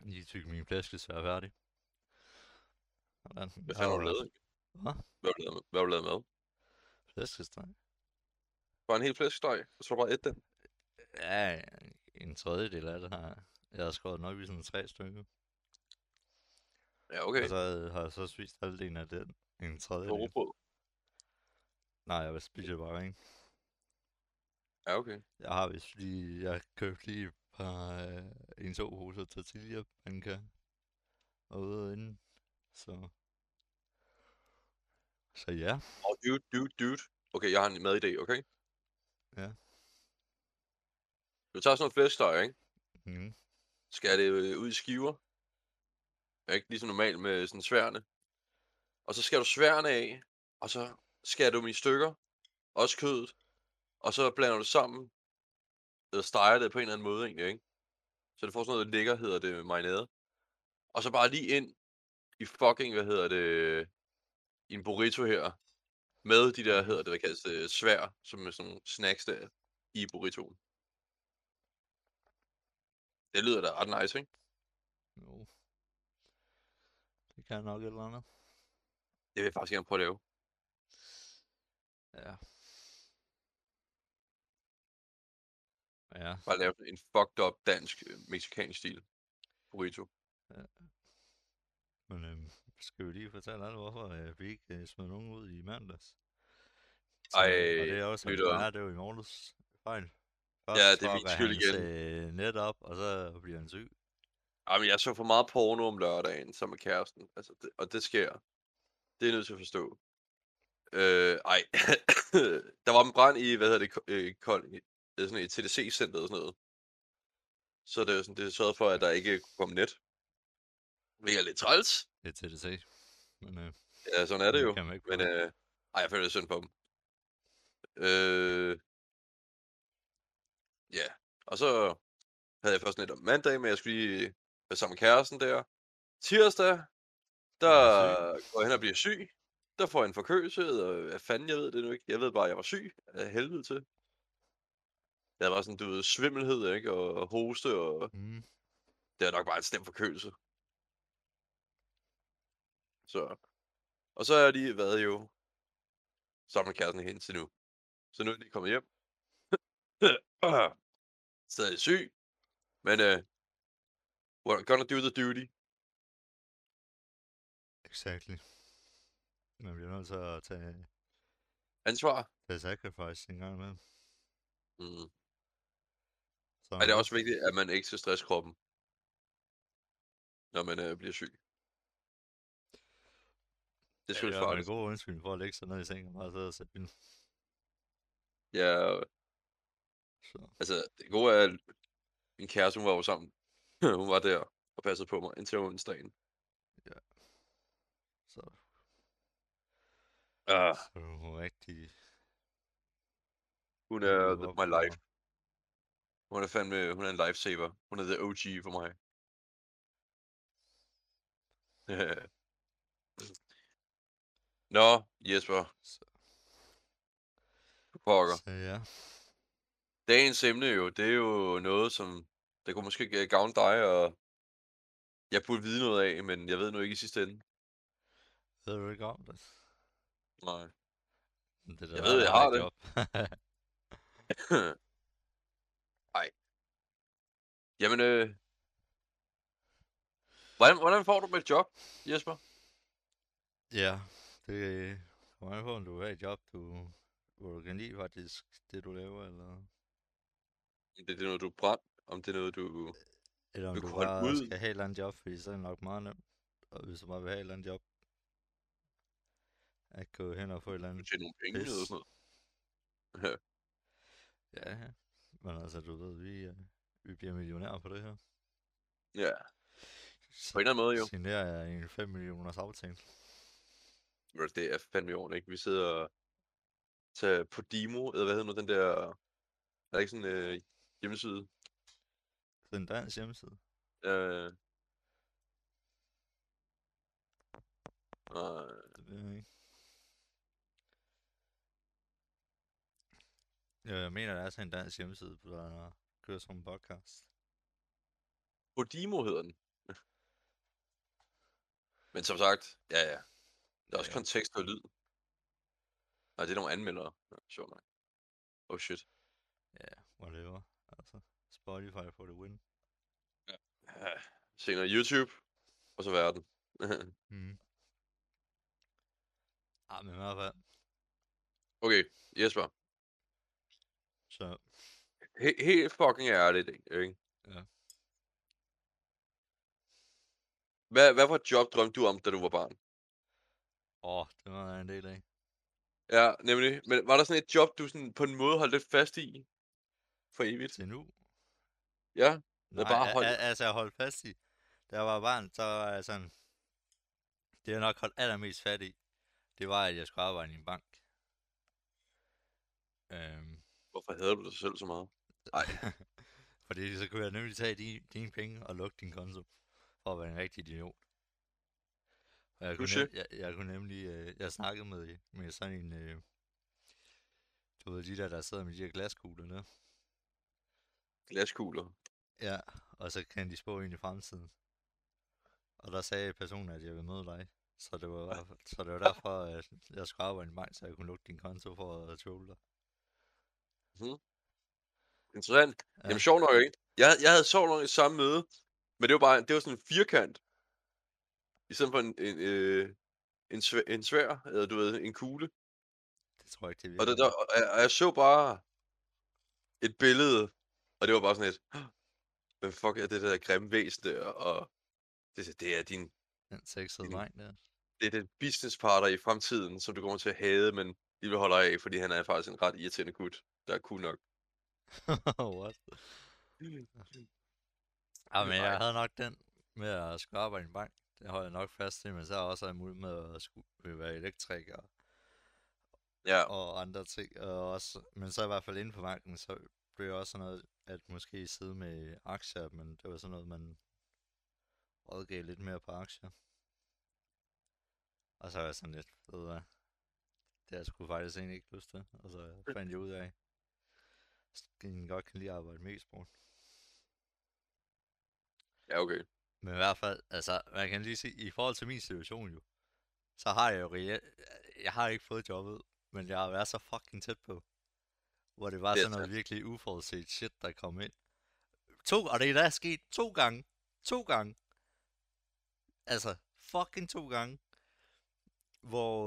Lige tykke min flæskesvær færdig. Hvordan? Hvad Jeg har fanden har jo du haft... lavet? Hvad? Hvad har du lavet med? Flæskesteg? Bare en hel flæskesteg, og så bare et den. Ja, en tredjedel af det har jeg. Jeg har skåret nok i sådan 3 stykker. Ja, Og okay. så har jeg så spist halvdelen af den. En På tredjedel. rugbrød. Nej, jeg spiser bare en. Ja, okay. Jeg har vist lige... Jeg købte lige et par... en to poser tortilla pandekager. Og ude inden. Så... Så ja. Og dude. Okay, jeg har en madidé, okay? Ja. Du tager sådan noget flæskesteg, ikke? Mm. Skærer det ud i skiver. Ikke ligesom normalt med sådan sværene. Og så skærer du sværene af, og så skærer du dem i stykker. Også kødet. Og så blander du det sammen. Eller steger det på en eller anden måde egentlig, ikke? Så det får sådan noget lækker, hedder det, marinade. Og så bare lige ind i fucking, hvad hedder det, i en burrito her. Med de der, Mm. hedder det, hvad kaldes det, svær, som er sådan nogle snacks der i burritoen. Det lyder da ret nice, ikke? Jo. Det kan nok et eller andet. Det vil jeg faktisk gerne prøve at lave. Ja. Ja. Bare lave en fucked up dansk, mexicansk stil burrito. Ja. Men skal vi lige fortælle alle, hvorfor vi ikke smed nogen ud i mandags? Ej, Og det er også, som det lytter. er, det er jo i morges fejl. Ja, Først det er min fucker skyld hans igen. net op, og så bliver han syg. Jamen, jeg så for meget porno om lørdagen sammen med kæresten. Altså, og det sker. Det er jeg nødt til at forstå. Ej. Der var en brand i, hvad hedder det, Kolding. Sådan et TDC-center og sådan noget. Så det er sådan, det sørgede for, at der ikke kunne komme net. Hvilket er lidt træls. Det er TDC. Men Ja, sådan er det det jo. kan man ikke Men, gøre. ej, jeg føler det synd på dem. Øh, ja. Og så havde jeg først net om mandag, men jeg skulle lige være sammen med kæresten der. Tirsdag, der Bliver han syg? går jeg hen og bliver syg. Der får jeg en forkølelse, og hvad fanden, jeg ved det nu ikke. Jeg ved bare, at jeg var syg af helvede til. Jeg var sådan, du ved, svimmelhed, ikke? Og hoste, og Mm. det er nok bare en slem forkølelse. Så. Og så har jeg lige været jo sammen med kæresten hen til nu. Så nu er de kommet hjem. Stadig syg, men we're gonna do the duty. Exactly. Man bliver nødt til at Ansvar. tage sacrifice en gang imellem. Mm. Sådan Ej, er det er det. også vigtigt, at man ikke skal stresse kroppen, når man bliver syg. Det er Ja, det er i selvfølgelig hvert fald en farligt. god undskyldning for at lægge sig ned i sengen og bare sidde og se film. Ja, Så altså, det gode er, at min kæreste, hun var jo sammen. Hun var der og passede på mig indtil onsdagen. ja, så, Ah, så er hun rigtig, hun rigtig er gået op my life. for... Hun er fandme, hun er en lifesaver. Hun er the OG for mig. Nå, Jesper, Så, du pokker. så ja. Dagens emne jo, det er jo noget, som det kunne måske gavne dig, og jeg burde vide noget af, men jeg ved nu ikke i sidste ende. Ved du ikke om det? Nej. Det er da Jeg dig, ved, der jeg har har et det. job. Ej. Jamen, hvordan får du et job, Jesper? Ja, det kommer an på, om du har et job, hvor du kan lide faktisk det, du laver, Det er noget, du brænder, om det er noget, du eller om vil du kunne holde bare ud, skal have et eller andet job, fordi så er det nok meget nemt. Og hvis du bare vil have et eller andet job, at gå hen og få et eller du andet tjener nogle penge eller pis. sådan noget. Ja, ja. Men altså, du ved, vi bliver millionærer på det her. Ja, Så på en eller anden måde jo. signerer jeg en 5 millioners aftale. Det er fandme i orden, ikke? Vi sidder og tager på Dimo, eller hvad hedder nu den der, er der ikke sådan en hjemmeside? Det er en dansk hjemmeside. Øh, Det ved jeg ikke. Jeg mener, der er sådan en dansk hjemmeside, der kører som en podcast. Podimo hedder den. Men som sagt, ja. Der er også Ja, kontekst og lyd. Nej, det er nogle anmeldere. Ja, sjovt nok. Oh shit. ja, whatever. Altså, Spotify for the win. Ja. Se noget YouTube, og så verden. Mm. Men i hvert fald, Okay, Jesper. så Helt fucking ærligt, ikke? ja. Hvad for et job drømte du om, da du var barn? Det var der en del af. Ja, nemlig. Men var der sådan et job, du sådan på en måde holdt lidt fast i for evigt? Til nu? Ja, eller Nej, bare holdt... altså jeg holdt fast i. Da jeg var barn, så var jeg sådan, det jeg nok holdt allermest fat i, det var, at jeg skulle arbejde i en bank. Øhm, Hvorfor hader du dig selv så meget? Nej, Fordi så kunne jeg nemlig tage dine penge og lukke din konto, for at være en rigtig idiot. Og touché. jeg kunne nemlig, jeg snakkede med sådan en, du ved, der sidder med de her glaskugler der. Glaskugler. Ja, og så kan de spå ind i fremtiden. Og der sagde personen, at jeg vil møde dig. Så det var derfor, at jeg skulle arbejde i en bank, så jeg kunne lukke din konto for at trolle dig. Mhm. Interessant. Jamen Ja, sjovt nok, ikke? Jeg havde sjovt nok i samme møde, men det var sådan en firkant, i stedet for en svær, eller du ved, en kugle. det tror jeg ikke, det Og, virker med. og jeg så bare et billede, og det var bare sådan et, hvad fuck er det der grimme væsen der, og det er Den sexede din dreng der. det er den businesspartner i fremtiden, som du kommer til at hade, men vil holder af, fordi han er faktisk en ret irriterende gut, der er cool nok. What? Men Nej. jeg havde nok den med at skulle arbejde i en bank. Det holdt jeg nok fast til, men så har jeg også mulighed med at skulle være elektriker Ja, og andre ting. Men så i hvert fald inden for banken, så blev det også sådan noget, at måske sidde med aktier, men det var sådan noget, man rådgav lidt mere på aktier. Og så var jeg sådan lidt, ved du hvad, det har jeg sgu faktisk egentlig ikke lyst til. Og så fandt jeg ud af, at jeg godt kan lide at arbejde med e-sport. ja, okay. Men i hvert fald, altså, man kan lige sige, i forhold til min situation jo, så har jeg jo reelt, jeg har ikke fået jobbet, men jeg har været så fucking tæt på, hvor det var Det er sådan noget sandt. virkelig uforudset shit, der kom ind. Og det er da sket 2 gange. 2 gange. Altså, fucking 2 gange. Hvor,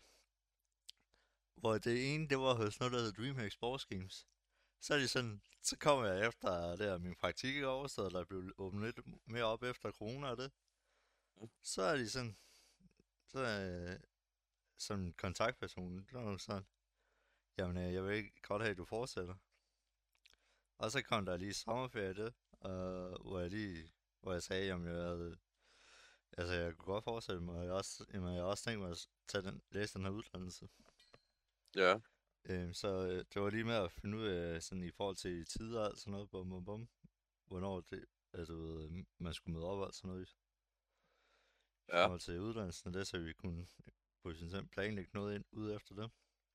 hvor det ene, det var hos noget, der hedder DreamHack Sports Games. Så er det sådan, så kommer jeg efter der min praktik ikke overstået, der blev åbnet lidt mere op efter corona og det. Så er de sådan, så er som kontaktperson, der var sådan, jamen jeg vil ikke godt have, at du fortsætter. Og så kom der lige sommerferie det, hvor jeg sagde, jamen jeg kunne godt fortsætte mig, jeg også tænkt mig at læse den her uddannelse. Ja, Så det var lige med at finde ud af, sådan i forhold til tider og alt sådan noget, hvornår man skulle møde op og alt sådan noget, i ja. forhold til uddannelsen og det, så vi kunne potentielt planlægge noget ind ud efter det.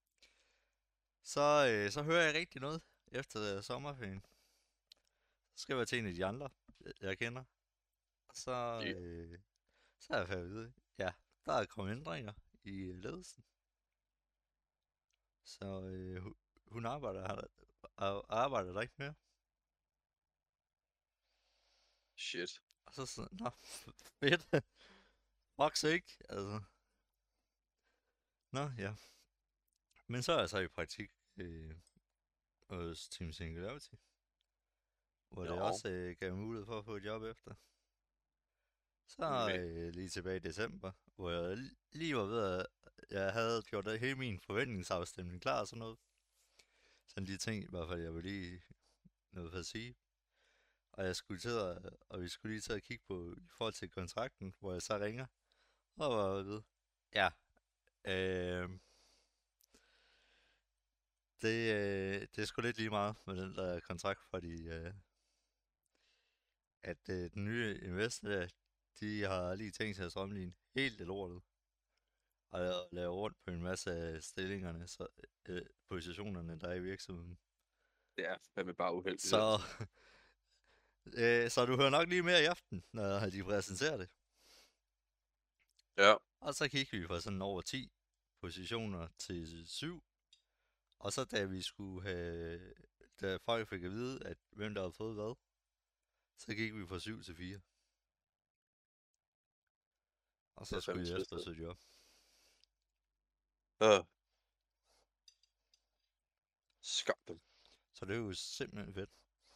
Så hører jeg rigtig noget efter sommerferien. Så skal jeg til en af de andre, jeg kender. Så, Det, så er jeg færdig ude. Ja, der er kommet ændringer i ledelsen. Så hun arbejder der ikke mere. shit. Og så sådan, nå, fedt. Fuck sake, altså. Nå, ja. Men så er jeg så i praktik hos Team Singularity, hvor det Jo, også gav mulighed for at få et job efter. Så nemlig. lige tilbage i december, hvor jeg lige var ved at, jeg havde gjort hele min forventningsafstemning klar og sådan noget. Sådan de ting, i hvert fald, jeg vil lige noget for at sige. Og vi skulle lige til at kigge på i forhold til kontrakten, hvor jeg så ringer. Og var ved, ja, øh, det er sgu lidt lige meget med den der kontrakt, fordi at den nye investor der, de har lige tænkt sig at strømline helt det lortet. Og lave rundt på en masse af stillingerne, positionerne, der er i virksomheden. Det er fandme bare uheldigt, Så, altså. Så du hører nok lige mere i aften, når de præsenterer det. Ja, Og så gik vi fra sådan over 10 positioner til 7. Og så da vi skulle have... Da folk fik at vide, at hvem der havde fået hvad, så gik vi fra 7 til 4. Og det så er fandme skulle jeg trist. efter søge job. Skam dem. Så det er jo simpelthen fedt.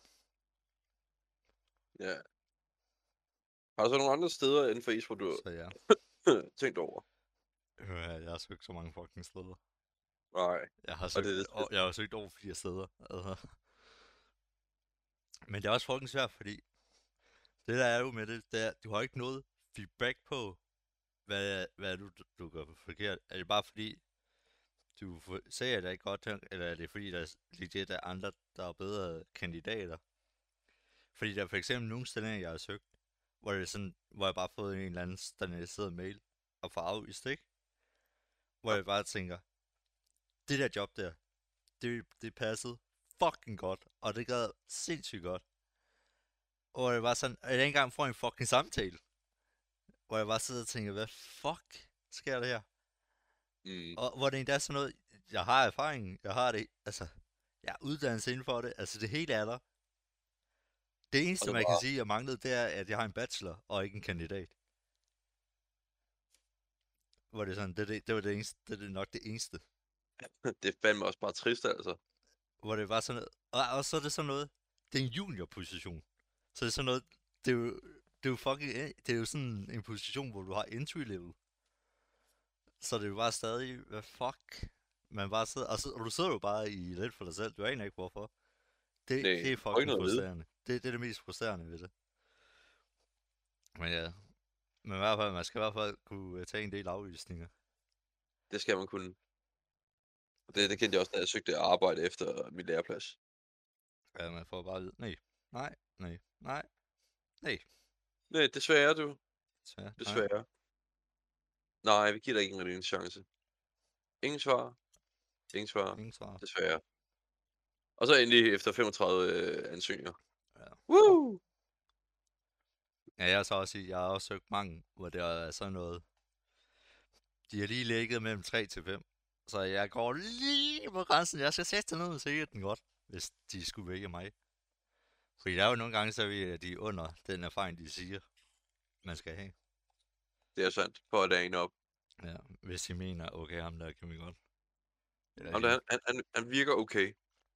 Ja. Har du så nogle andre steder inden for e-sport, du Så ja, har tænkt over? jeg har søgt så mange fucking steder. Nej. Jeg har Og det søgt, er det trist. jeg har søgt over 4 steder. Altså. Men det er også fucking svært, fordi det der er jo med det, det er, du har ikke noget feedback på, hvad du gør forkert. Er det bare fordi, du ser det ikke godt, eller er det fordi, der er legit er andre, der er bedre kandidater? Fordi der er for eksempel nogle stillinger, jeg har søgt, hvor, det er sådan, hvor jeg bare har fået en eller anden standardiseret mail og får afvist, ikke? Hvor Ja. jeg bare tænker, det der job der, det passede fucking godt, og det gad sindssygt godt. Og jeg var sådan, at jeg ikke engang får en fucking samtale. Hvor jeg bare sidder og tænker, hvad fuck sker der her? Mm. Og hvor det endda er sådan noget, jeg har erfaring, jeg har det, altså, jeg er uddannelse inden for det, altså det hele er der. Det Og eneste, det man kan var, sige, jeg manglede, det er, at jeg har en bachelor, og ikke en kandidat. Hvor det er sådan, det var det eneste, det er nok det eneste. det er fandme også bare trist, altså. Hvor det var sådan noget, og så er det sådan noget, det er en juniorposition. Så det er sådan noget, det er jo fucking, det er jo sådan en position, hvor du har entry level. Så det er jo bare stadig, hvad fuck? Man bare sidder, og du sidder jo bare i lidt for dig selv, du aner ikke hvorfor. Nej, Det er du får ikke fucking noget at vide. frustrerende. Det er det mest frustrerende ved det. Men ja, men i hvert fald, man skal i hvert fald kunne tage en del afvisninger. Det skal man kunne. Og det kendte jeg også, da jeg søgte arbejde efter min læreplads. Ja, man får bare at vide, nej, nej, nej, nej, nej, Nej, desværre du. desværre, nej, Desværre. Nej, vi giver dig ikke en chance. Ingen svar. Ingen svar. ingen svar. Desværre. Og så endelig efter 35 ansøgninger. Ja. Woo! Ja, jeg har så også sige, jeg har også søgt mange, hvor det er sådan noget, de har lige ligget mellem 3 til 5. Så jeg går lige på grænsen. Jeg skal sætte ned og se den godt, hvis de skulle vælge mig. Fordi der er jo nogle gange, så er de under den erfaring, de siger, man skal have. Det er sandt. For at dagen op. Ja, hvis de mener, okay, ham der kan vi godt. Eller Jamen, hende. han virker okay.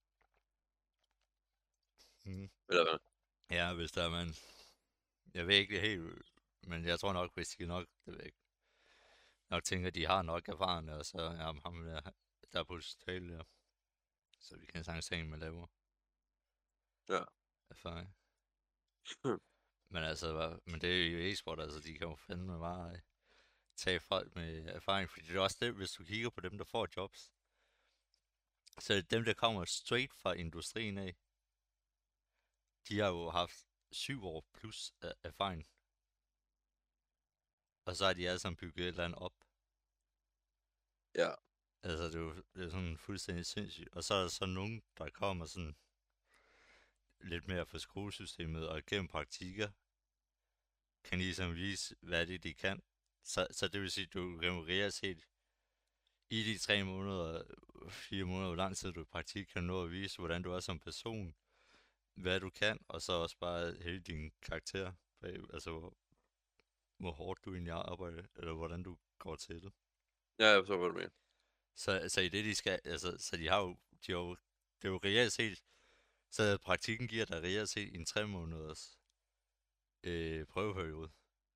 Mm. Eller hvad? Ja, hvis der er man... Jeg ved ikke det helt, men jeg tror nok, hvis de nok, det ved jeg ikke, nok tænker, de har nok erfaring, og så er ham der er potentiale der. Så vi kan sagtens have en med lavere Ja. erfaring. Men altså, men det er jo e-sport, altså de kan jo fandme bare tage folk med erfaring, fordi det er også det, hvis du kigger på dem, der får jobs, så er det dem, der kommer straight fra industrien af, de har jo haft 7 år plus erfaring. Og så har de alle sammen bygget et eller andet op. Ja. Altså, det er sådan fuldstændig sindssygt. Og så er der så nogen, der kommer sådan lidt mere fra skolesystemet, og gennem praktikker, kan ligesom vise, hvad det er, de kan. Så det vil sige, at du kan jo reelt set i de 3 måneder, 4 måneder, hvor lang tid du er i praktik, kan nå at vise, hvordan du er som person, hvad du kan, og så også bare hele din karakter, altså hvor hårdt du egentlig arbejder, eller hvordan du går til det. Ja, jeg forstår, hvad du mener. Så i det, de skal, altså, så de har jo, det er jo reelt set, så praktikken giver dig reelt set en 3 måneders prøveperiode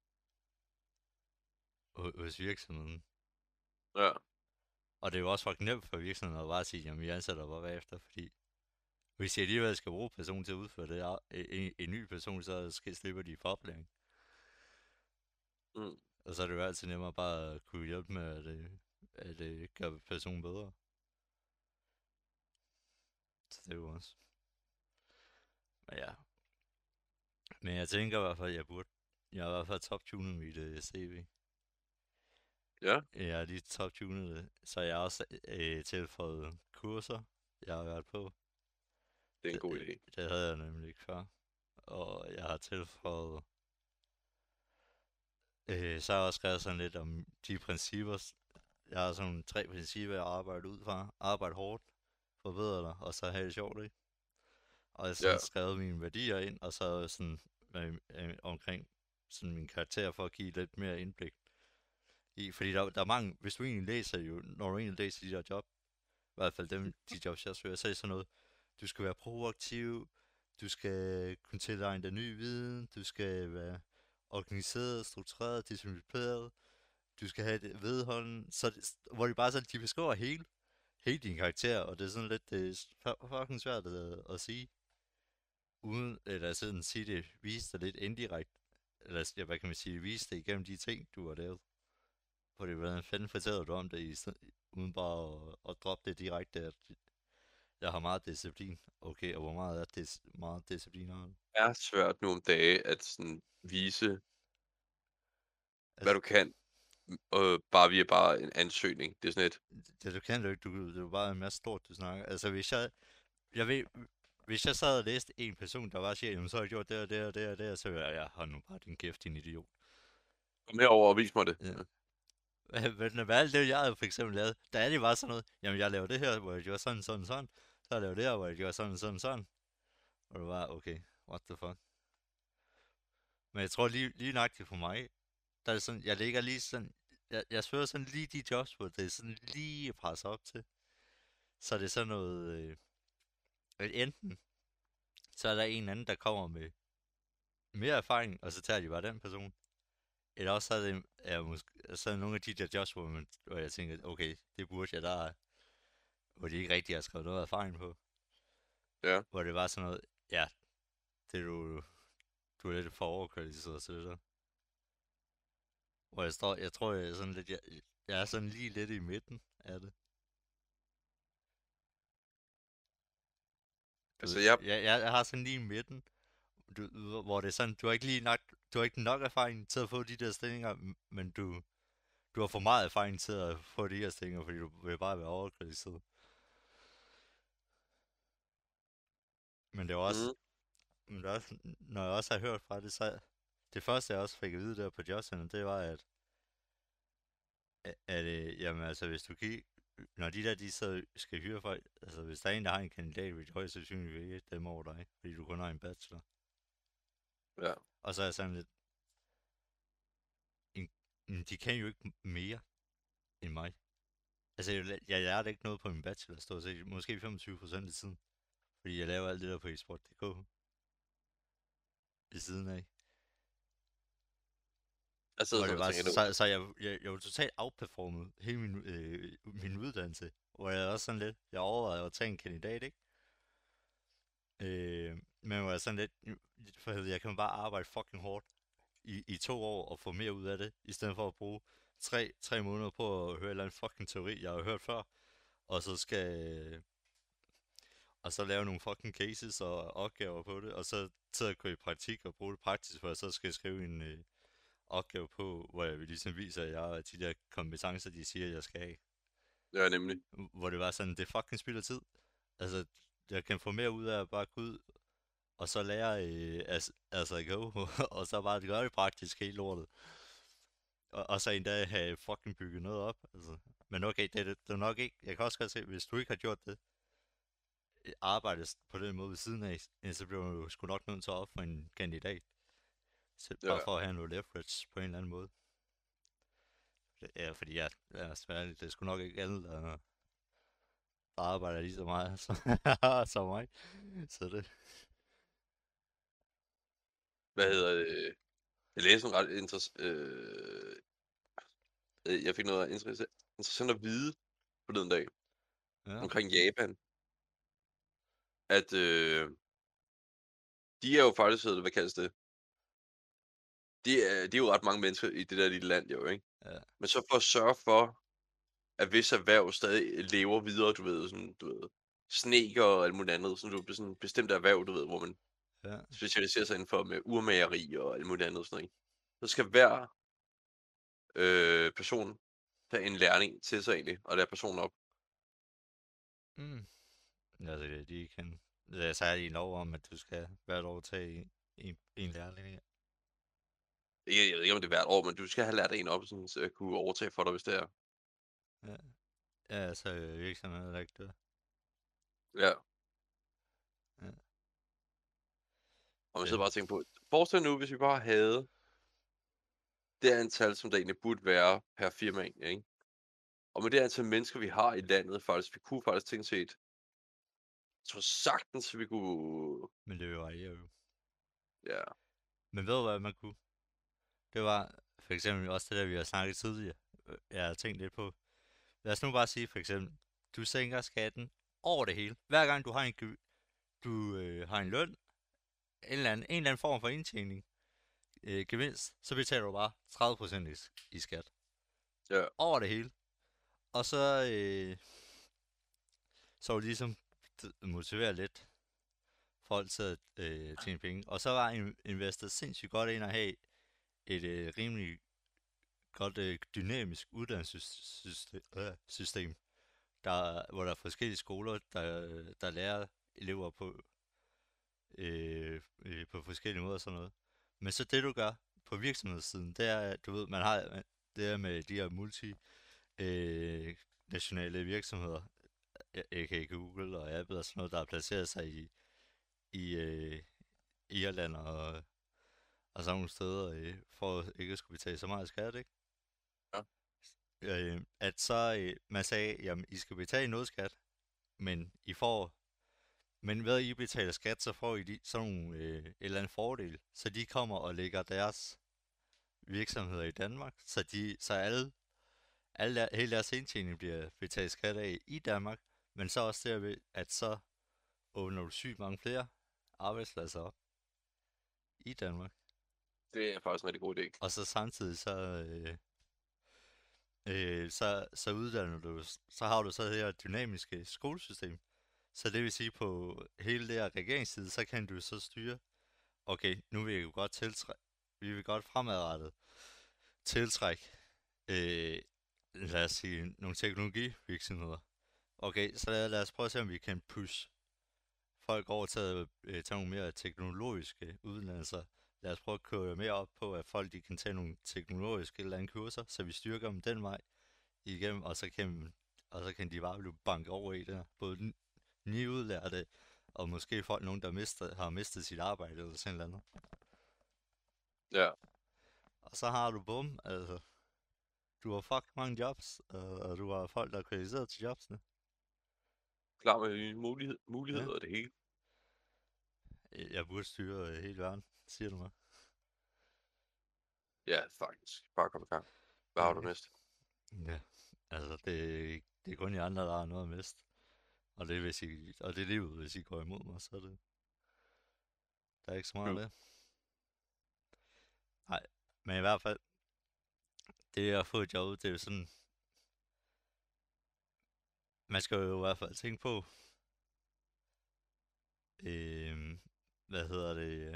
hos virksomheden. Ja. Og det er jo også fucking nemt for virksomheden at bare sige, jamen vi ansætter bare bagefter, fordi hvis de alligevel skal bruge person til at udføre det, en ny person, så slipper de for oplæring. Mm. Og så er det jo altid nemmere bare at kunne hjælpe med at gøre personen bedre. Så det er jo også. Men ja. Men jeg tænker i hvert fald, at jeg har i hvert fald top-tunet mit CV. Ja. Jeg er lige top-tunet det, så jeg har også tilføjet kurser, jeg har været på. Det er en god idé. Det havde jeg nemlig ikke før. og jeg har tilføjet, så har jeg også skrevet sådan lidt om de principper. Jeg har sådan 3 principper, jeg arbejder ud fra. Arbejde hårdt, forbedre dig, og så have det sjovt, ikke? Og jeg har Ja, sådan skrevet mine værdier ind, og så sådan omkring sådan min karakter for at give lidt mere indblik i. Fordi der er mange, hvis du egentlig læser jo, når du egentlig læser de der job, i hvert fald de jobs jeg søger, så er det sådan noget, du skal være proaktiv, du skal kunne tilegne dig ny viden, du skal være organiseret, struktureret, disciplineret, du skal have det vedholden, så hvor de bare sådan, de beskriver hele din karakter, og det er sådan lidt, det er fucking svært at sige, uden, eller sådan sige det, vise det lidt indirekte, eller ja, hvad kan man sige, vise det igennem de ting, du har lavet. Fordi hvordan fanden fortæller du om det, uden bare at droppe det direkte, at jeg har meget disciplin. Okay, og hvor meget er meget disciplin har du? det er svært nu om dage at sådan vise, hvad Altså, du kan, bare via bare en ansøgning. Det er sådan et, det du kan jo ikke, det er jo bare en masse stort, du snakker. Altså, jeg ved, hvis jeg sad og læste en person, der var siger, jamen så har jeg gjort det og det og det og det, så ville jeg hold nu bare din kæft, din idiot. kom herover og vis mig det. Ja. Men hvad alt det, jeg havde for eksempel lavet, der er det bare sådan noget, jamen jeg laver det her, hvor jeg gjorde sådan, sådan, sådan, så jeg laver det her, hvor jeg gjorde sådan, sådan, sådan. Og det var, okay, what the fuck. Men jeg tror lige nøjagtigt for mig, der er det sådan, jeg ligger lige sådan, jeg søger sådan lige de jobs, hvor det er sådan lige presser op til. Så er det sådan noget, at enten, så er der en anden, der kommer med mere erfaring, og så tager de bare den person. Eller også så er det så er nogle af de der jobs, hvor jeg tænker, okay, det burde jeg der, hvor de ikke rigtig har skrevet noget erfaring på. Ja. Hvor det var sådan noget, ja, det er du er lidt for overkvalificeret til det der. Hvor jeg tror, jeg er sådan lidt, jeg er sådan lige lidt i midten af det. Du Altså, ved, jeg har sådan lige i midten, hvor det er sådan, du har ikke nok erfaring til at få de der stillinger, men du har for meget erfaring til at få de her stillinger, fordi du vil bare være overkvalificeret. Men det er også, mm, men det er også, når jeg også har hørt fra det, så det første jeg også fik at vide der på jobcenter, det var, jamen altså, hvis du kigger, når de der, de så skal hyre folk, altså hvis der er en, der har en kandidat, vil de højst sandsynligt vælge dem over dig, fordi du kun har en bachelor. ja. Og så er jeg sådan lidt, de kan jo ikke mere end mig. Altså, jeg lærte ikke noget på min bachelor, stort set. Måske 25% af tiden. Fordi jeg laver alt det der på esport.dk i siden af. Jeg sidder Hvor det sådan og var, tænker nu. så jeg var totalt outperformet hele min uddannelse. Hvor jeg også sådan lidt, jeg overvejede at tage en kandidat, ikke? Men hvor jeg sådan lidt, for helvede, jeg kan bare arbejde fucking hårdt i 2 år og få mere ud af det, i stedet for at bruge tre måneder på at høre en eller anden fucking teori, jeg har hørt før, og så og så lave nogle fucking cases og opgaver på det, og så til at gå i praktik og bruge det praktisk, hvor jeg så skal skrive en opgave på, hvor jeg ligesom viser, at jeg har de der kompetencer, de siger, jeg skal have. Ja, nemlig. Hvor det var sådan, det fucking spilder tid. Altså, jeg kan få mere ud af at bare gå ud, og så lære as I go, og så bare gøre det praktisk helt lortet. Og så en dag have fucking bygget noget op. Altså. Men okay, det er nok ikke, jeg kan også godt se, hvis du ikke har gjort det, arbejdes på den måde ved siden af, så bliver du sgu nok nødt til at ofre en kandidat. Så bare Ja. for at have noget leverage på en eller anden måde. Ja, fordi jeg er svært, det er sgu nok ikke alle, der arbejder lige så meget som mig. Så det, Hvad hedder det? Jeg læste en ret jeg fik noget interessant at vide forleden dag ja, omkring Japan, at de er jo faktisk, hvad kaldes det? De er jo ret mange mennesker i det der lille land jo, ikke? ja, Men så for at sørge for, at visse erhverv stadig lever videre, du ved, sådan, du ved, snedker og alt muligt andet, sådan, du ved, sådan bestemte erhverv, du ved, hvor man ja. specialiserer sig inden for med urmageri og alt muligt andet, sådan noget, ikke? Så skal hver person tage en lærling til sig egentlig, og lære personen op. Mm. Altså, de kan, så er de en lov om, at du skal hvert år tage en. en lærling. Jeg ved ikke, om det er hvert år, men du skal have lært en op, sådan, så jeg kunne overtage for dig, hvis det er. Ja, ja så virksomheden er ikke dør. Ja, Ja. og man sidder bare og tænker på, forestil dig nu, hvis vi bare havde det antal, som der egentlig burde være per firma, ikke? Og med det antal mennesker, vi har i landet, faktisk, vi kunne faktisk tænke set, jeg tror sagtens, vi kunne, Men det varierer jo. ja, Men ved du hvad man kunne? Det var for eksempel også det der, vi har snakket tidligere. Jeg har tænkt lidt på. Lad os nu bare sige for eksempel, du sænker skatten over det hele. Hver gang du har har en løn, en eller anden form for indtjening, gevinst, så betaler du bare 30% i skat. ja, Over det hele. Og så ligesom motivere lidt folk til at tjene penge. Og så var investet sindssygt godt ind at have et rimelig godt dynamisk uddannelsessystem, hvor der er forskellige skoler, der lærer elever på forskellige måder og sådan noget. Men så det du gør på virksomhedssiden, det er, at du ved, man har det her med de her nationale virksomheder, a.k.a. Google og Apple og sådan noget, der har placeret sig i Irland og sådan nogle steder, for ikke at skulle betale så meget skat, ikke? ja, At så man sagde, jamen I skal betale noget skat, men men ved at I betaler skat, så får I sådan nogle, et eller andet fordel, så de kommer og lægger deres virksomheder i Danmark, så hele deres indtjening bliver betalt skat af i Danmark, men så også derved, at så åbner du sygt mange flere arbejdspladser op i Danmark. det er faktisk en rigtig god idé. Og så samtidig så uddanner du, så har du så det her dynamiske skolesystem. Så det vil sige, på hele det her regeringsside, så kan du så styre, okay, nu vil vi vil godt fremadrettet tiltrække, lad os sige, nogle teknologivirksomheder. Okay, så lad os prøve at se, om vi kan push folk over til at tage nogle mere teknologiske uddannelser. Lad os prøve at køre mere op på, at folk de kan tage nogle teknologiske eller andet kurser, så vi styrker dem den vej igennem, og så kan de bare blive banket over i det. Både nyudlærte, og måske folk, nogen der har mistet sit arbejde eller sådan noget andet. Ja, Og så har du bum, altså, du har fucking mange jobs, og du har folk, der er kvalificeret til jobsene. klar med nye muligheder og det hele. Jeg burde styre hele verden, siger du mig. Ja, faktisk. Bare kom i gang. Hvad har du næste? Ja, altså det er kun I andre, der har noget at miste. Og det er livet, hvis I går imod mig, så er det... Der er ikke så meget af det. Nej, men i hvert fald, det at få et job, det er jo sådan... Man skal jo i hvert fald tænke på... Hvad hedder det...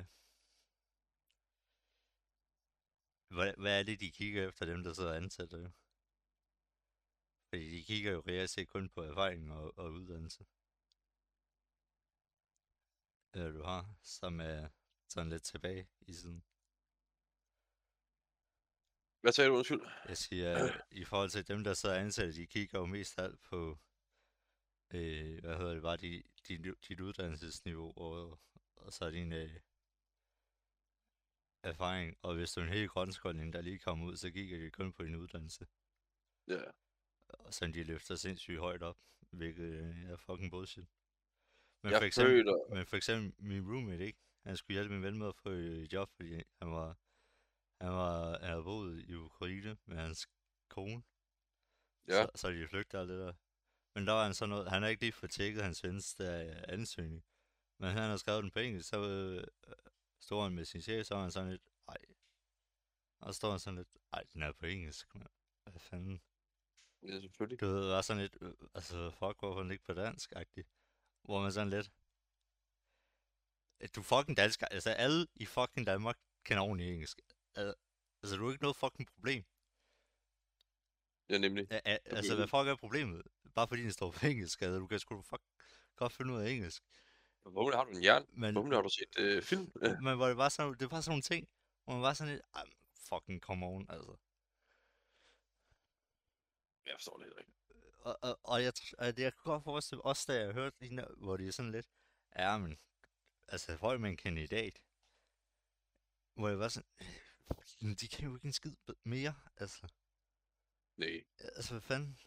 Hvad er det, de kigger efter, dem der sidder ansat? Fordi de kigger jo reelt set kun på erfaring og uddannelse. Du har, som er sådan lidt tilbage i tiden. Hvad sagde du, undskyld? Jeg siger, i forhold til dem, der sidder ansat, de kigger jo mest alt på, bare dit uddannelsesniveau, og så din erfaring. Og hvis du er en helt grønskoldning, der lige kommer ud, så kigger de kun på din uddannelse. Ja, Og så de løfter sindssygt højt op, hvilket er fucking bullshit. Men jeg føler... for eksempel min roommate, ikke? Han skulle hjælpe min ven med at få et job, fordi han havde boet i Ukraine med hans kone. Ja, Så de flygtede alt det der. Men der var han sådan noget, han har ikke lige fået tjekket hans vens der ansøgning. Men han har skrevet den på engelsk, så stod han med sin chef, så var han sådan lidt, ej. Og så står han sådan lidt, ej, den er på engelsk, man. Hvad fanden? ja, selvfølgelig. Du ved, var sådan lidt, altså fuck, hvorfor den ikke på dansk-agtig. Hvor man sådan lidt, du er fucking dansker, altså alle i fucking Danmark kender ordentligt engelsk. Altså, du er ikke noget fucking problem. Ja, nemlig. Altså, hvad fuck er problemet? Bare fordi den står på engelsk, altså, du kan sgu godt finde ud af engelsk. Forhåbentlig har du en hjerne. Men, Forhåbentlig har du set film. men hvor det var sådan, det var sådan nogle ting, hvor man var sådan lidt, fucking come on, altså. Jeg forstår det heller ikke. Og jeg kunne godt forestille også, da jeg hørte hende, hvor de er sådan lidt, ja, men, altså, folk med en kandidat, hvor jeg var sådan, de kan jo ikke en skid mere, altså. Nej. Altså, hvad fanden?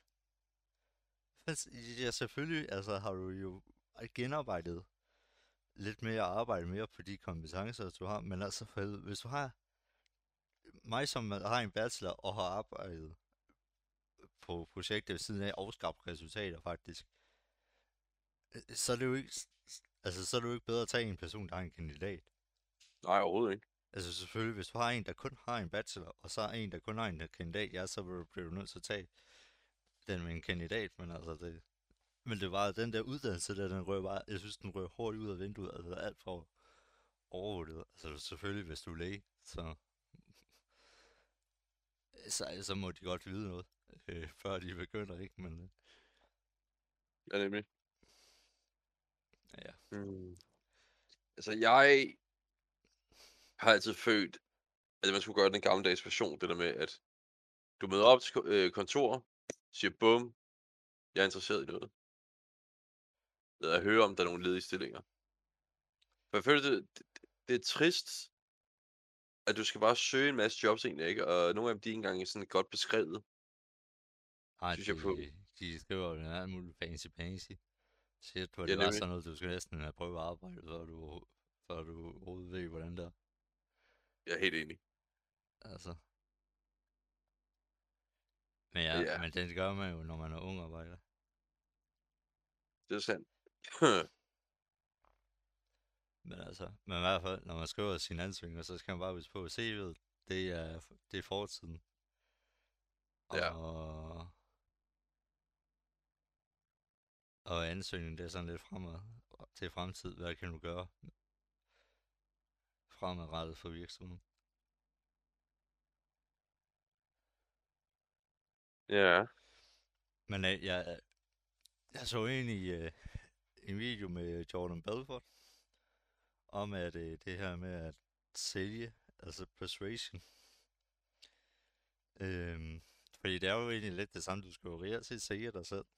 Ja, selvfølgelig, altså, har du jo genarbejdet lidt mere og arbejdet mere på de kompetencer, du har, men altså, for helvede, hvis du har mig, som har en bachelor og har arbejdet på projekter ved siden af og skabt resultater, faktisk, så er det jo ikke, altså, så er det jo ikke bedre at tage en person, der har en kandidat. Nej, overhovedet ikke. Altså selvfølgelig, hvis du har en, der kun har en bachelor, og så er en, der kun har en kandidat, ja, så bliver du nødt til at tage den med en kandidat, men altså men det var den der uddannelse der, den røg bare, jeg synes, den røg hurtigt ud af vinduet, altså alt for overvurderet. Altså selvfølgelig, hvis du er læge, så må de godt vide noget, før de begynder, ikke? Men Ja, nemlig. ja. Altså, jeg har altid følt, at man skulle gøre den gammeldags version, det der med, at du møder op til kontor, siger bum, jeg er interesseret i noget. Jeg hører, om der er nogle ledige stillinger. For jeg føler, det er trist, at du skal bare søge en masse jobs egentlig, ikke? Og nogle af dem, de er ikke engang sådan godt beskrevet, Ej, synes jeg på. de skriver jo en anden mulig fancy. Shit, hvor Ja, det var nemlig. sådan noget, du skal næsten have prøvet at arbejde, før du overhovedet ved, hvordan det er. Jeg er helt enig. Altså. Men ja, Ja, men det gør man jo, når man er ung arbejder. det er sandt. Men altså, men i hvert fald, når man skriver sine ansøgninger, så skal man bare huske på, at CV'et, det er fortiden. Ja, Og, og ansøgningen, det er sådan lidt fremad til fremtid. Hvad kan du gøre fremadrettet for virksomheden? ja, Men jeg så egentlig en video med Jordan Belfort, om at det her med at sælge, altså persuasion. Fordi det er jo egentlig lidt det samme, du skal jo reelt set sælge dig selv.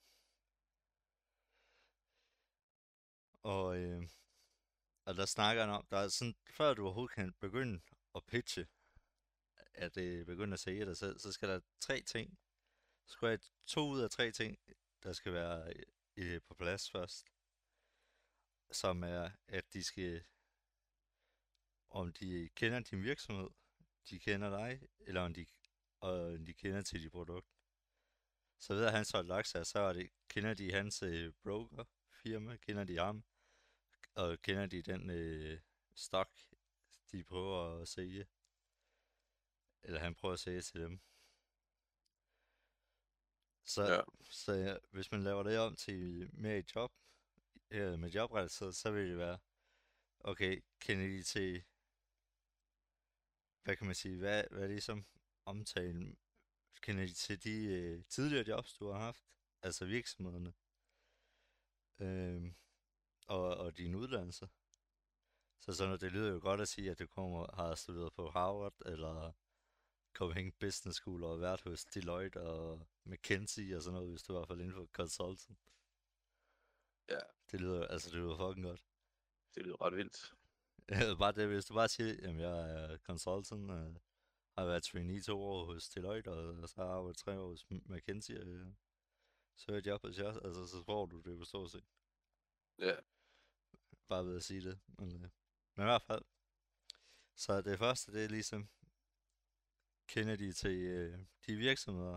Og, og der snakker han om, der er sådan, før du overhovedet kan begynde at pitche, at begynde at sælge dig selv, så skal der tre ting, så skal der 2 ud af 3 ting, der skal være på plads først. Som er, at de skal, om de kender din virksomhed, de kender dig, eller om de kender til dit produkt. Så ved at han så et lakser, så er det, kender de hans broker firma, kender de ham, og kender de den stok, de prøver at sælge, eller han prøver at sælge til dem. Så, ja, så ja, hvis man laver det om til mere et job, med jobrelateret, så vil det være, okay, kender de til, hvad kan man sige, hvad er ligesom omtalen, kender de til de tidligere jobs, du har haft, altså virksomhederne, og dine uddannelser. Så sådan, det lyder jo godt at sige, at du har studeret på Harvard, eller Copenhagen Business School, og været hos Deloitte og McKinsey og sådan noget, hvis du er i hvert fald inden for consultant. ja. Det lyder fucking godt. Det lyder ret vildt. Bare det, hvis du bare siger, jamen jeg er consultant, har været trainee 2 år hos Deloitte, og så har jeg arbejdet 3 år hos McKinsey, så er et job hos jer, altså så får du det på stort set. Ja, Bare ved at sige det. Men i hvert fald, så det første, det er ligesom, kender de til de virksomheder,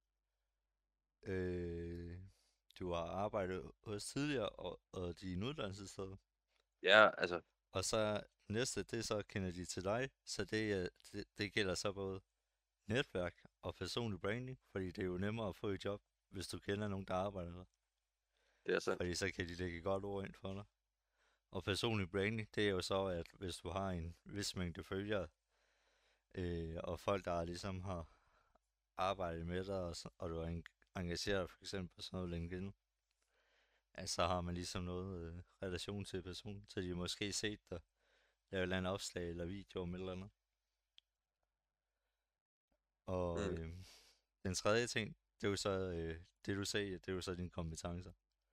du har arbejdet hos tidligere, og dine uddannelsessteder. ja, altså, Og så næste, det er så, kender de til dig, så det gælder så både netværk og personlig branding, fordi det er jo nemmere at få et job, hvis du kender nogen, der arbejder der. det er sandt. Fordi så kan de lægge et godt ord ind for dig. Og personlig branding, det er jo så, at hvis du har en vis mængde følgere, og folk, der ligesom har arbejdet med dig, og du har engageret dig for eksempel på sådan noget LinkedIn, så har man ligesom noget relation til personen, så de har måske set dig lave et eller andet opslag eller video om et eller andet. Og Mm. den tredje ting, det er jo så, det du sagde, det er jo så dine kompetencer.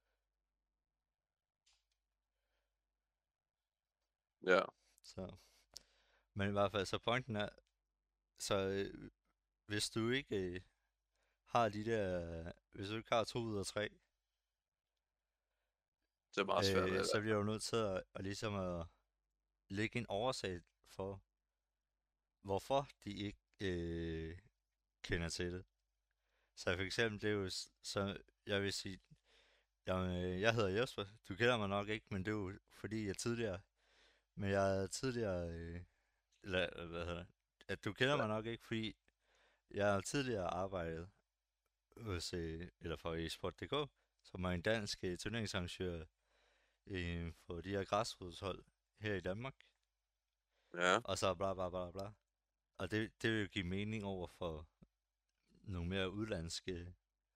Ja, Så, men i hvert fald, så pointen er, så hvis du ikke har de der, hvis du ikke har 2 ud af 3, det er meget svært det så der. bliver du nødt til at ligesom at lægge en oversigt for, hvorfor de ikke kender til det. Så for eksempel, det er jo, så jeg vil sige, jamen, jeg hedder Jesper, du kender mig nok ikke, men det er jo fordi, jeg tidligere, eller hvad hedder det, at du kender Ja, mig nok ikke, fordi jeg har tidligere arbejdet hos, eller for eSport.dk, som er en dansk turneringsarrangør for de her græsrodshold her i Danmark, ja, og så bla bla bla bla. Og det vil jo give mening over for nogle mere udlandske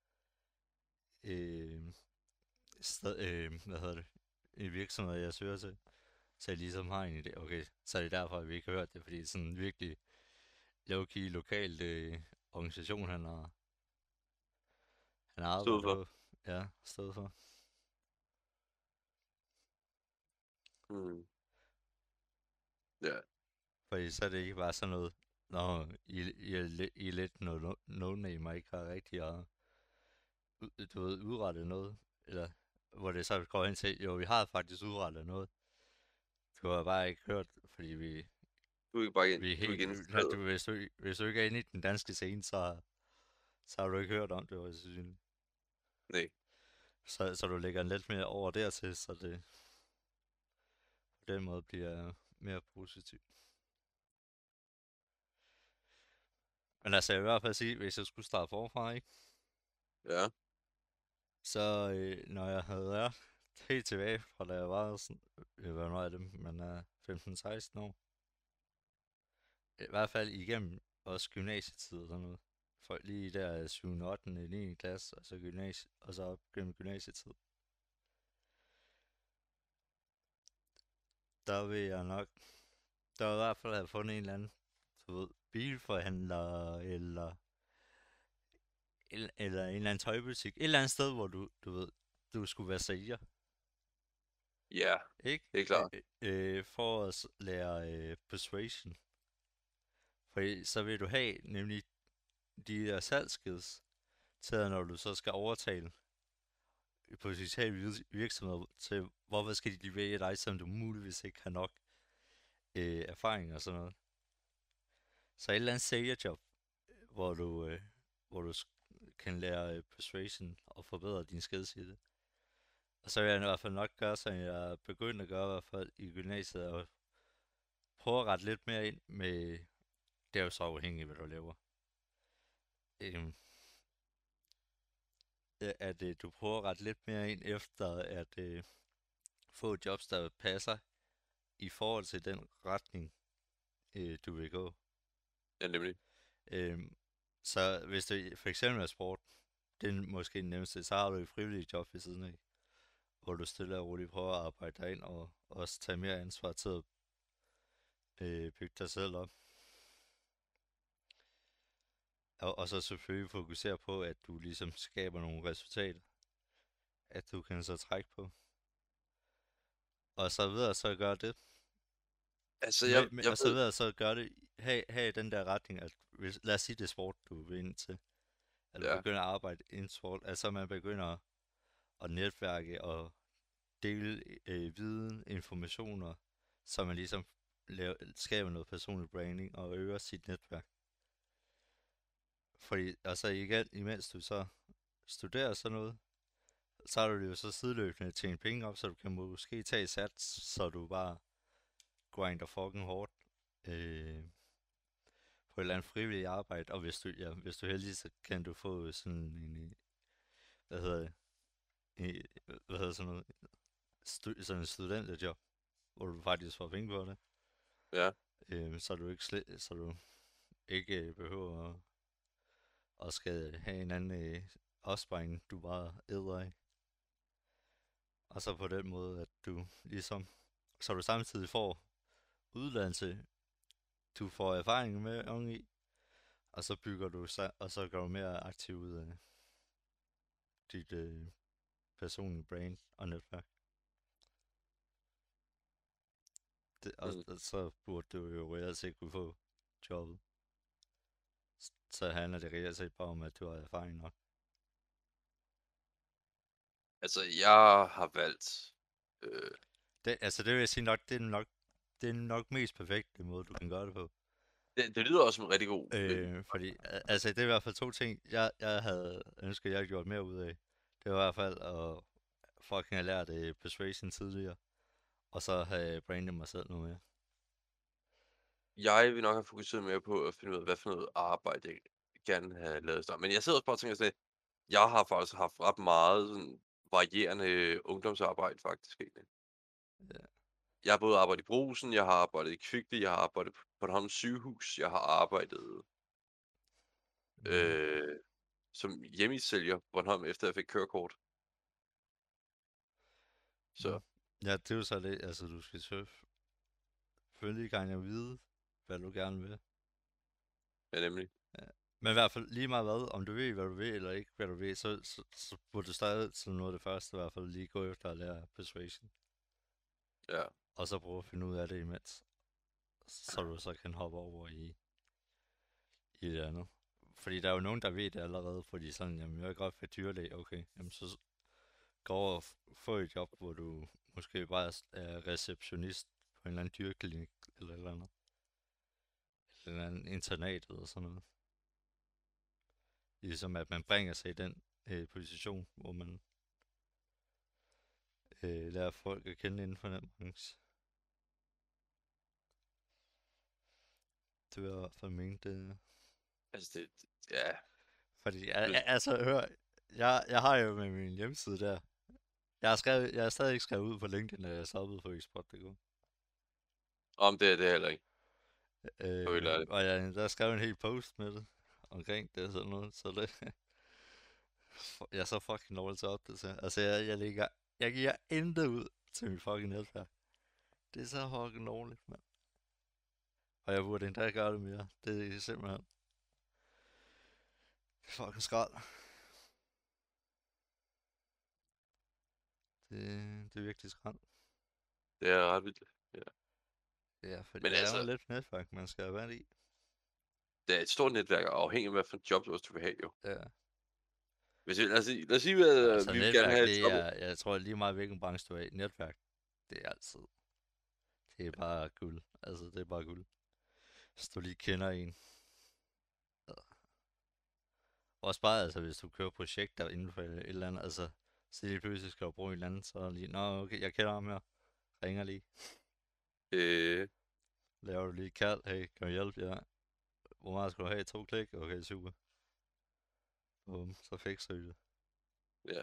øh, hvad hedder det, virksomheder, jeg søger til, så jeg ligesom har en idé. Okay, så er det derfor, at vi ikke har hørt det, fordi det er sådan virkelig low-key lokalt organisation, han har stod arbejdet for. på. Ja, stået for. Mm. Ja, Fordi så er det ikke bare sådan noget, når I er lidt no-name og ikke har rigtig du ved, udrettet noget. Eller hvor det så går hen til, jo, vi har faktisk udrettet noget. Du har bare ikke hørt, fordi du er ikke bare ind, vi er du er ikke helt... inde for faget. Hvis du ikke er inde i den danske scene, så har du ikke hørt om det, var sandsynligt. Nej, Så du lægger en lidt mere over dertil, så det på den måde bliver mere positivt. Men altså, jeg vil i hvert fald sige, hvis jeg skulle starte forfra, ikke? ja, Så når jeg havde været helt tilbage fra da jeg var sådan, hvornår er det, man er 15-16 år. I hvert fald igennem også gymnasietid og sådan noget. For lige der 7. 8. 9. klasse, og så og så op gennem gymnasietid. Der vil jeg nok, der vil i hvert fald have fundet en eller anden, du ved, bilforhandler, eller en eller anden tøjbutik. Et eller andet sted, hvor du ved, du skulle være sælger, ja, ikke? det er klart. For at lære persuasion. For så vil du have nemlig de der salgsskills, til at når du så skal overtale potentielle virksomheder til, hvorfor skal de vælge dig, som du muligvis ikke har nok erfaring og sådan noget. Så et eller andet sælgerjob, hvor du kan lære persuasion og forbedre din skills i det. Og så vil jeg i hvert fald nok gøre, som jeg begyndte at gøre i hvert fald i gymnasiet, og prøve at rette lidt mere ind med, det er jo så afhængigt, hvad du laver. Øhm, at du prøver at rette lidt mere ind efter at få jobs, der passer i forhold til den retning, du vil gå. Ja, nemlig. Øhm, så hvis det for eksempel er sport, det er måske den nemmeste, så har du et frivilligt job ved siden af, hvor du stille og roligt prøver at arbejde dig ind og også tage mere ansvar til at bygge dig selv op. Og så selvfølgelig fokusere på, at du ligesom skaber nogle resultater, at du kan så trække på. Og så videre så gør det. Altså, jeg Og så ved, videre så gør det, have den der retning, at lad os sige det er sport, du vil ind til. At du ja, begynder at arbejde inden sport, altså man begynder at netværke og dele viden, informationer, så man ligesom skaber noget personlig branding og øger sit netværk. Fordi, altså igen, imens du så studerer sådan noget, så har du jo så sideløbende tjent penge op, så du kan måske tage sats, så du bare grinder fucking hårdt på et eller andet frivilligt arbejde, og hvis du er heldig, så kan du få sådan en, hvad hedder det, hvad hedder sådan noget, sådan en studenterjob, hvor du faktisk får penge på det, ja. så du ikke behøver at skal have en anden opsparing, du bare æder af. Og så på den måde, at du ligesom, så du samtidig får uddannelse, du får erfaring med oveni, og så bygger du, og så gør du mere aktiv ud af dit personlige brand og netværk. Og så burde du jo reelt set kunne få jobbet. Så handler det reelt set bare om, at du har erfaring nok. Altså, jeg har valgt... Det vil jeg sige nok, det er nok mest perfekte måde, du kan gøre det på. Det lyder også som en rigtig god... Fordi, altså det er i hvert fald 2 ting, jeg havde ønsket, jeg havde gjort mere ud af. Det var i hvert fald at fucking have lært persuasion tidligere, og så have brandet mig selv noget mere. Jeg vil nok have fokuseret mere på at finde ud af, hvad for noget arbejde jeg gerne have lavet i starten. Men jeg sidder også bare og tænker sådan lidt, jeg har faktisk haft ret meget sådan varierende ungdomsarbejde faktisk egentlig. Ja. Jeg har både arbejdet i Brugsen, jeg har arbejdet i Kvickly, jeg har arbejdet på Bornholms sygehus, jeg har arbejdet som hjemmesælger på Bornholm, efter jeg fik kørekort. Så Ja, det er jo så det, altså du skal selvfølgelig gerne at vide, hvad du gerne vil. ja, nemlig. Ja. Men i hvert fald lige meget hvad, om du ved, hvad du vil, eller ikke hvad du vil, så burde du stadig som noget af det første i hvert fald lige gå efter at lære persuasion. Ja. Og så prøve at finde ud af det imens. Så du så kan hoppe over i det andet. Fordi der er jo nogen, der ved det allerede, fordi sådan, jamen jeg er godt for dyrlæge, okay, jamen så gå over og få et job, hvor du måske bare er receptionist på en eller anden dyrklinik, eller et eller andet. Eller en anden internat, eller sådan noget. Ligesom at man bringer sig i den position, hvor man lærer folk at kende inden for den branche. Det vil jeg i hvert fald mene, det. Altså ja. Fordi, altså hør, jeg har jo med min hjemmeside der, jeg har stadig ikke skrevet ud på LinkedIn, at jeg stoppede på eksport.dk. Om det er det heller ikke. Og der skrev en hel post med det, omkring det og sådan noget, så det, jeg er så fucking dårlig til at opdatere. Altså, jeg giver intet ud til min fucking netværk. Det er så fucking dårligt, mand. Og jeg burde endda gøre det mere. Det er simpelthen fucking skrald. Det er virkelig skrald. Det er ret vildt. Ja. Ja, fordi Men det altså, er jo lidt netværk, man skal have været i. det er et stort netværk, og afhængig af, hvad for en job du vil have, jo. Ja. Lad os sige, hvad Altså, vi vil netværk, gerne have et det job. jeg tror lige meget, hvilken branche du er i. Netværk, det er altid. Det er bare guld. Altså, det er bare guld. Hvis du lige kender en. Ja. Også bare, altså, hvis du kører projekter inden for et eller andet, altså, så lige pludselig skal du bruge en eller anden, så er lige, nå, okay, jeg kender ham her. Ringer lige. Laver du lige et kald, hey, kan du hjælpe? Ja. Hvor meget skal du have? 2 klik? Okay, super. Så fikser vi det. Ja.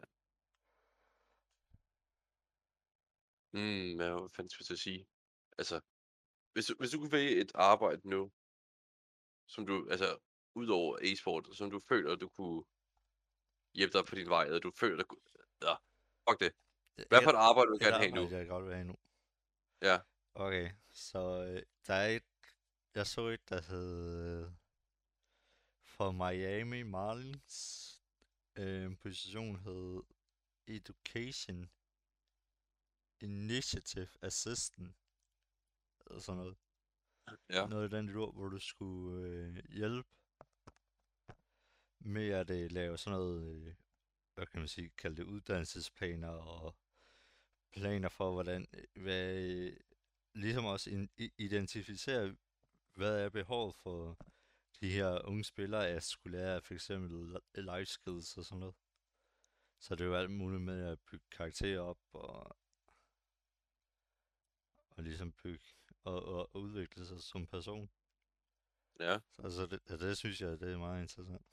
Hvad fanden skulle jeg til at sige? Altså, hvis du kunne vælge et arbejde nu, som du, altså, udover e-sport, som du føler, du kunne hjælpe dig på din vej, eller du føler, der kunne... Ja, fuck det. Hvad for et arbejde vil du gerne have nu? Jeg godt vil have nu. Ja. Okay, så der er jeg så et, der hed for Miami Marlins. Position hed Education Initiative Assistant. Eller sådan noget. Ja. Noget af den ord, hvor du skulle hjælpe med at lave sådan noget, hvad kan man sige, kalde det uddannelsesplaner og planer for, hvordan, ligesom også identificere, hvad er behovet for de her unge spillere, at skulle lære for eksempel life skills og sådan noget. Så det er jo alt muligt med at bygge karakterer op og ligesom bygge og udvikle sig som person. Ja. Så altså det synes jeg, det er meget interessant.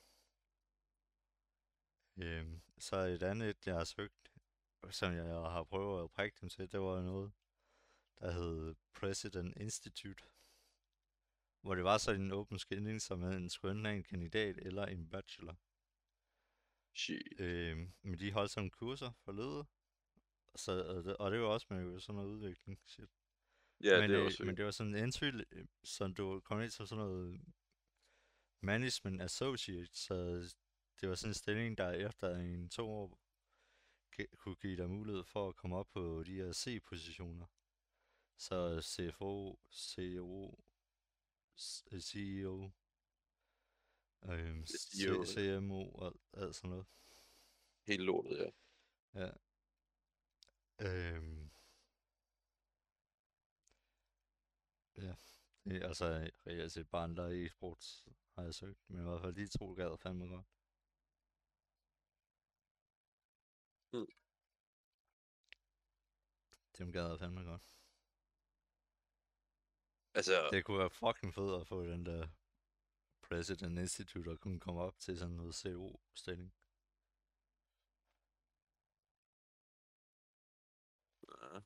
Så et andet, jeg har søgt, som jeg har prøvet at prikke dem til, det var noget, der hed President Institute. Hvor det var sådan en åben stilling, som man skulle enten have en kandidat eller en bachelor. Shit. Men de holdt sådan kurser for ledere. Og det var også med sådan noget udvikling. Shit. Ja, det er også Men sikkert. det var sådan en entry, som du kom ind til sådan noget management associate, så det var sådan en stilling, der efter 2 år kunne give dig mulighed for at komme op på de her C-positioner. Så CFO, CEO, CEO, CEO, ja. CMO og alt sådan noget. Helt lortet, ja. Ja. Øhm, ja. Det er altså reelt set bare andre e-sports, har jeg søgt. Men i hvert fald de 2 gad fandme godt. Mm. Dem gad jeg fandme godt. Altså, Det kunne være fucking fedt at få den der President Institute og kunne komme op til sådan noget CO-stilling. ja.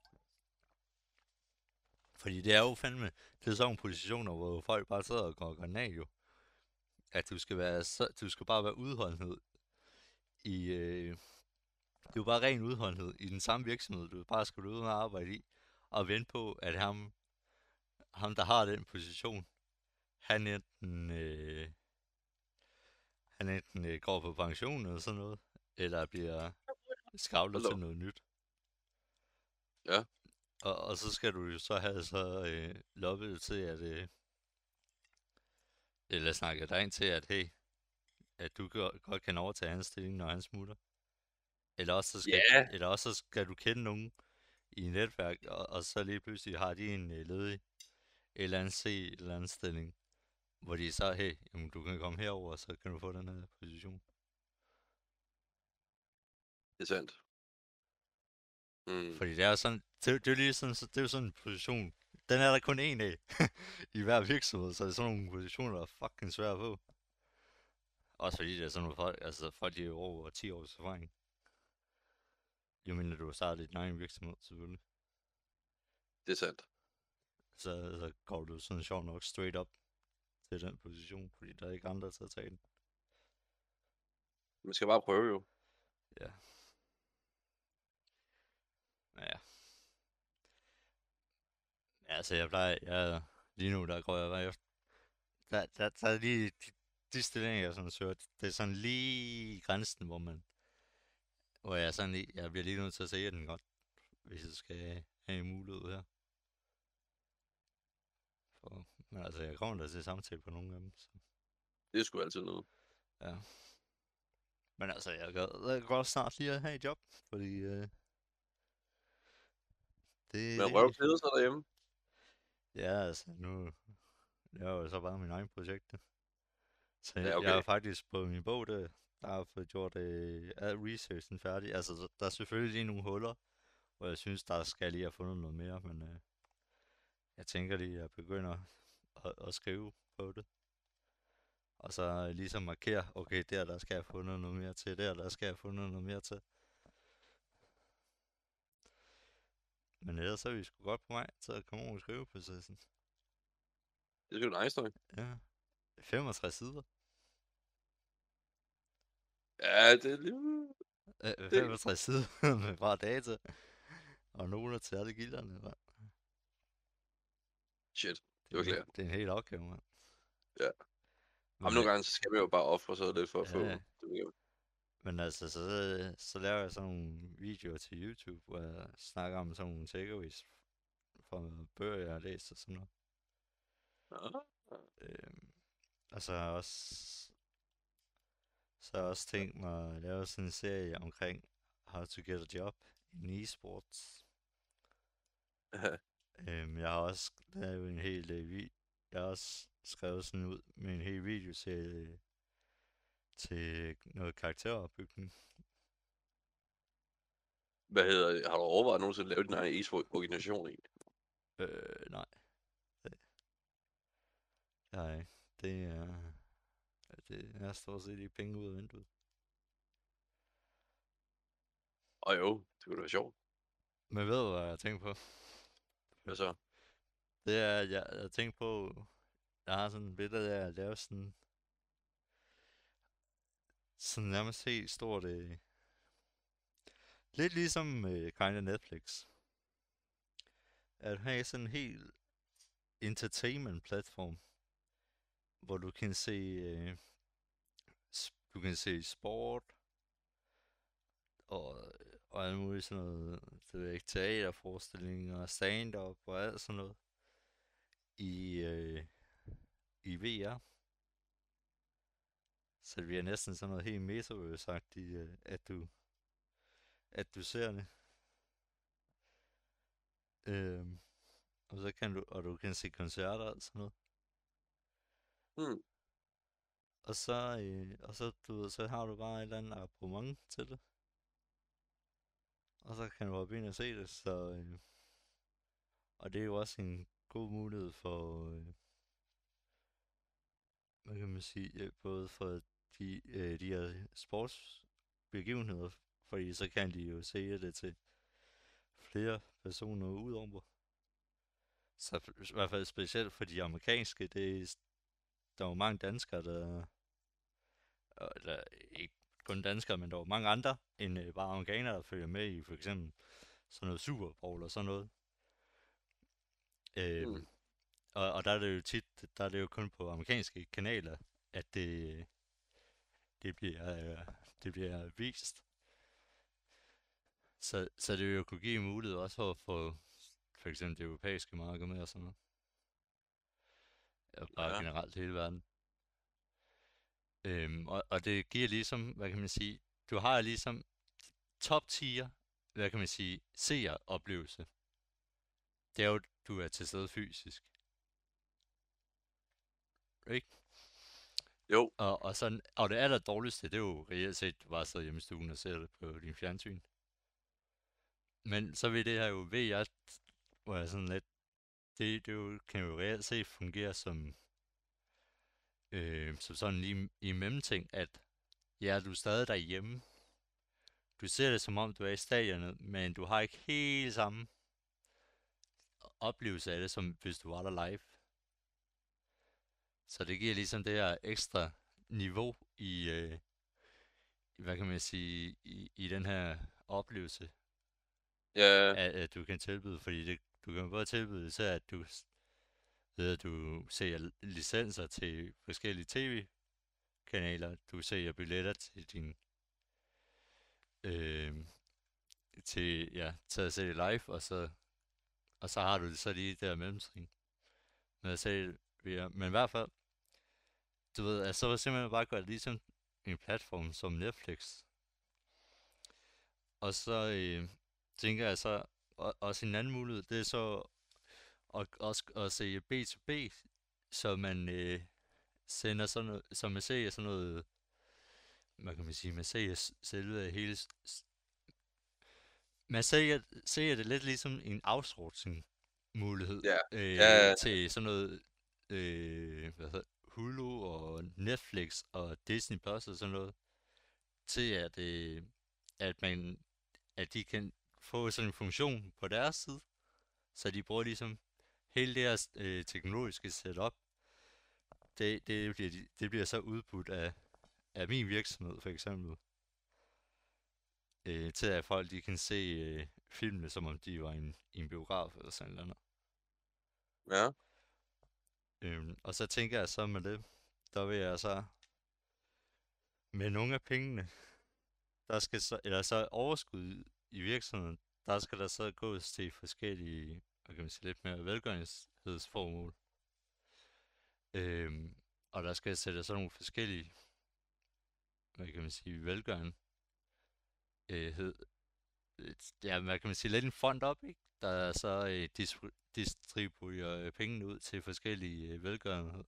Fordi det er jo fandme, det er sådan nogle positioner, hvor folk bare sidder og går granat jo. At du skal bare være udholdenhed i, det er jo bare ren udholdenhed i den samme virksomhed, du bare skal ud og arbejde i, og vente på, at ham der har den position, han enten, går på pension eller sådan noget, eller bliver skavlet Hold da til op. noget nyt. Ja, Og så skal du jo så have loppet til, eller snakke dig ind til, at hey, at du godt kan overtage hans stilling, når han smutter. ja, Eller også så skal du kende nogen i et netværk, og så lige pludselig har de en ledig et eller andet et eller andet stilling, hvor de så, hey, jamen, du kan komme herover, så kan du få den her position. det er sandt. Mm. Fordi det er jo sådan, det er lige sådan, det er jo sådan en position, den er der kun én af i hver virksomhed, så det er sådan nogle positioner, der er fucking svære at få. Også fordi det er sådan nogle folk, altså folk de er jo over 10 års erfaring. Jo mindre du har startet din egen virksomhed, selvfølgelig. Det er sandt. Så går du sådan sjovt nok straight up til den position, fordi der er ikke andre til at tage den. Man skal bare prøve jo. Ja. Ja. Ja, altså lige nu, der går jeg bare efter. Der er lige de stillinger, jeg sådan søger. Det er sådan lige i grænsen, hvor jeg bliver lige nødt til at se den godt, hvis jeg skal have en mulighed her. Men altså, jeg kommer da til samtale på nogle af dem, så Det er sgu altid noget. ja. Men altså, jeg kan godt snart lige at have et job, fordi Men det... røv keder sig derhjemme. Ja, altså, nu... Det er jo så bare min egen projekt. Så Ja, jeg okay. har faktisk på min bog, der har fået gjort al researchen færdig. Altså, der er selvfølgelig lige nogle huller, hvor jeg synes, der skal lige have fundet noget mere, men jeg tænker lige, at jeg begynder at skrive på det. Og så ligesom markere, okay, der skal jeg have fundet noget mere til, der skal jeg have fundet noget mere til. Men ellers så er vi sgu godt på vej til at komme over i skriveprocessen. Det er sgu nice nok. Ja, 65 sider. Ja, det er lige... Det... 65 sider med bare data og noter til alle gilderne, mand. Shit, det var klart. Det er en helt opgave, mand. Ja. Men, Nogle gange, så skal man jo bare ofre sig lidt for at få ja, det igennem. men altså, så laver jeg sådan nogle videoer til YouTube, hvor jeg snakker om sådan nogle takeaways fra bøger, jeg har læst og sådan noget. Og så har jeg også tænkt mig at lave sådan en serie omkring how to get a job in esports. Jeg har også lavet en hel jeg har også skrevet sådan ud med en hel video til noget karakteropbygning. Hvad hedder det? Har du overvejet nogensinde at lave din egen e-sport-organisation egentlig? Nej. Nej, det er stort set ikke penge ud af vinduet. Og jo, det kunne da være sjovt. Men ved du, hvad jeg tænker på? Hvad så? Det er, at jeg tænker på, jeg har sådan et billede af at lave sådan nærmest helt stort Lidt ligesom kinda Netflix. At have sådan en helt entertainment platform, hvor du kan se sport og, og alt muligt sådan noget, det ved jeg ikke, teaterforestillinger, stand-up og alt sådan noget i, i VR. Så det bliver næsten sådan noget helt metaverse-agtigt, at du ser det. Øhm, og du kan se koncerter og sådan noget. Hmm. Du ved, så har du bare et eller andet abonnement til det. Og så kan du hoppe ind og se det, og det er jo også en god mulighed for, hvad kan man sige, både for de her sportsbegivenheder, fordi så kan de jo se det til flere personer udover. Så i hvert fald specielt for de amerikanske, der er jo mange danskere, eller ikke kun danskere, men der er jo mange andre end bare amerikanere, der følger med i for eksempel sådan noget Super Bowl og sådan noget. Hmm. Og der er det jo tit, der er det jo kun på amerikanske kanaler, at det bliver, det bliver vist. Så det vil jo kunne give en mulighed også for at få for eksempel det europæiske marked med og sådan noget. Og bare Ja. generelt hele verden. Og det giver ligesom, hvad kan man sige, du har ligesom top tier, hvad kan man sige, seeroplevelse. Det er jo, du er til stede fysisk. Ikke? Jo. Og det aller dårligste, det er jo reelt set, du bare sidder hjemme i stuen og ser det på din fjernsyn. Men så vil det her jo VR, hvor jeg sådan lidt, det jo, kan jo reelt set fungere som sådan lige i mellemting, at ja, du er stadig derhjemme. Du ser det som om, du er i stadionet, men du har ikke helt samme oplevelse af det, som hvis du var der live. Så det giver ligesom det her ekstra niveau hvad kan man sige, i den her oplevelse, Ja. at du kan tilbyde, fordi du kan både tilbyde så at du ser licenser til forskellige tv-kanaler, du sælger billetter til øh, til at se det live, og så har du det så lige der mellemtring med at se det via. Men i hvert fald, du ved, at så var det simpelthen bare godt ligesom en platform som Netflix. Og så tænker jeg så, også en anden mulighed, det er så også at se B2B, så man sender sådan noget, så man ser sådan noget, hvad kan man sige, man ser selve hele, man ser det lidt ligesom en outsourcing mulighed Ja. Ja. til sådan noget, hvad hedder Hulu og Netflix og Disney Plus og sådan noget, til at man, at de kan få sådan en funktion på deres side, så de bruger ligesom hele det her teknologiske setup, det bliver så udbudt af min virksomhed for eksempel, til at folk de kan se filmene, som om de var i en biograf eller sådan noget. Ja. Og så tænker jeg så med det, der vil jeg så med nogle af pengene, der skal så, eller så overskud i virksomheden, der skal der så gås til forskellige, hvad kan man sige, lidt mere velgørenhedsformål. Og der skal sætte sådan nogle forskellige, hvad kan man sige, velgørenhed, ja, hvad kan man sige, lidt en fond op, ikke? Der så distribuerer pengene ud til forskellige velgørenhed.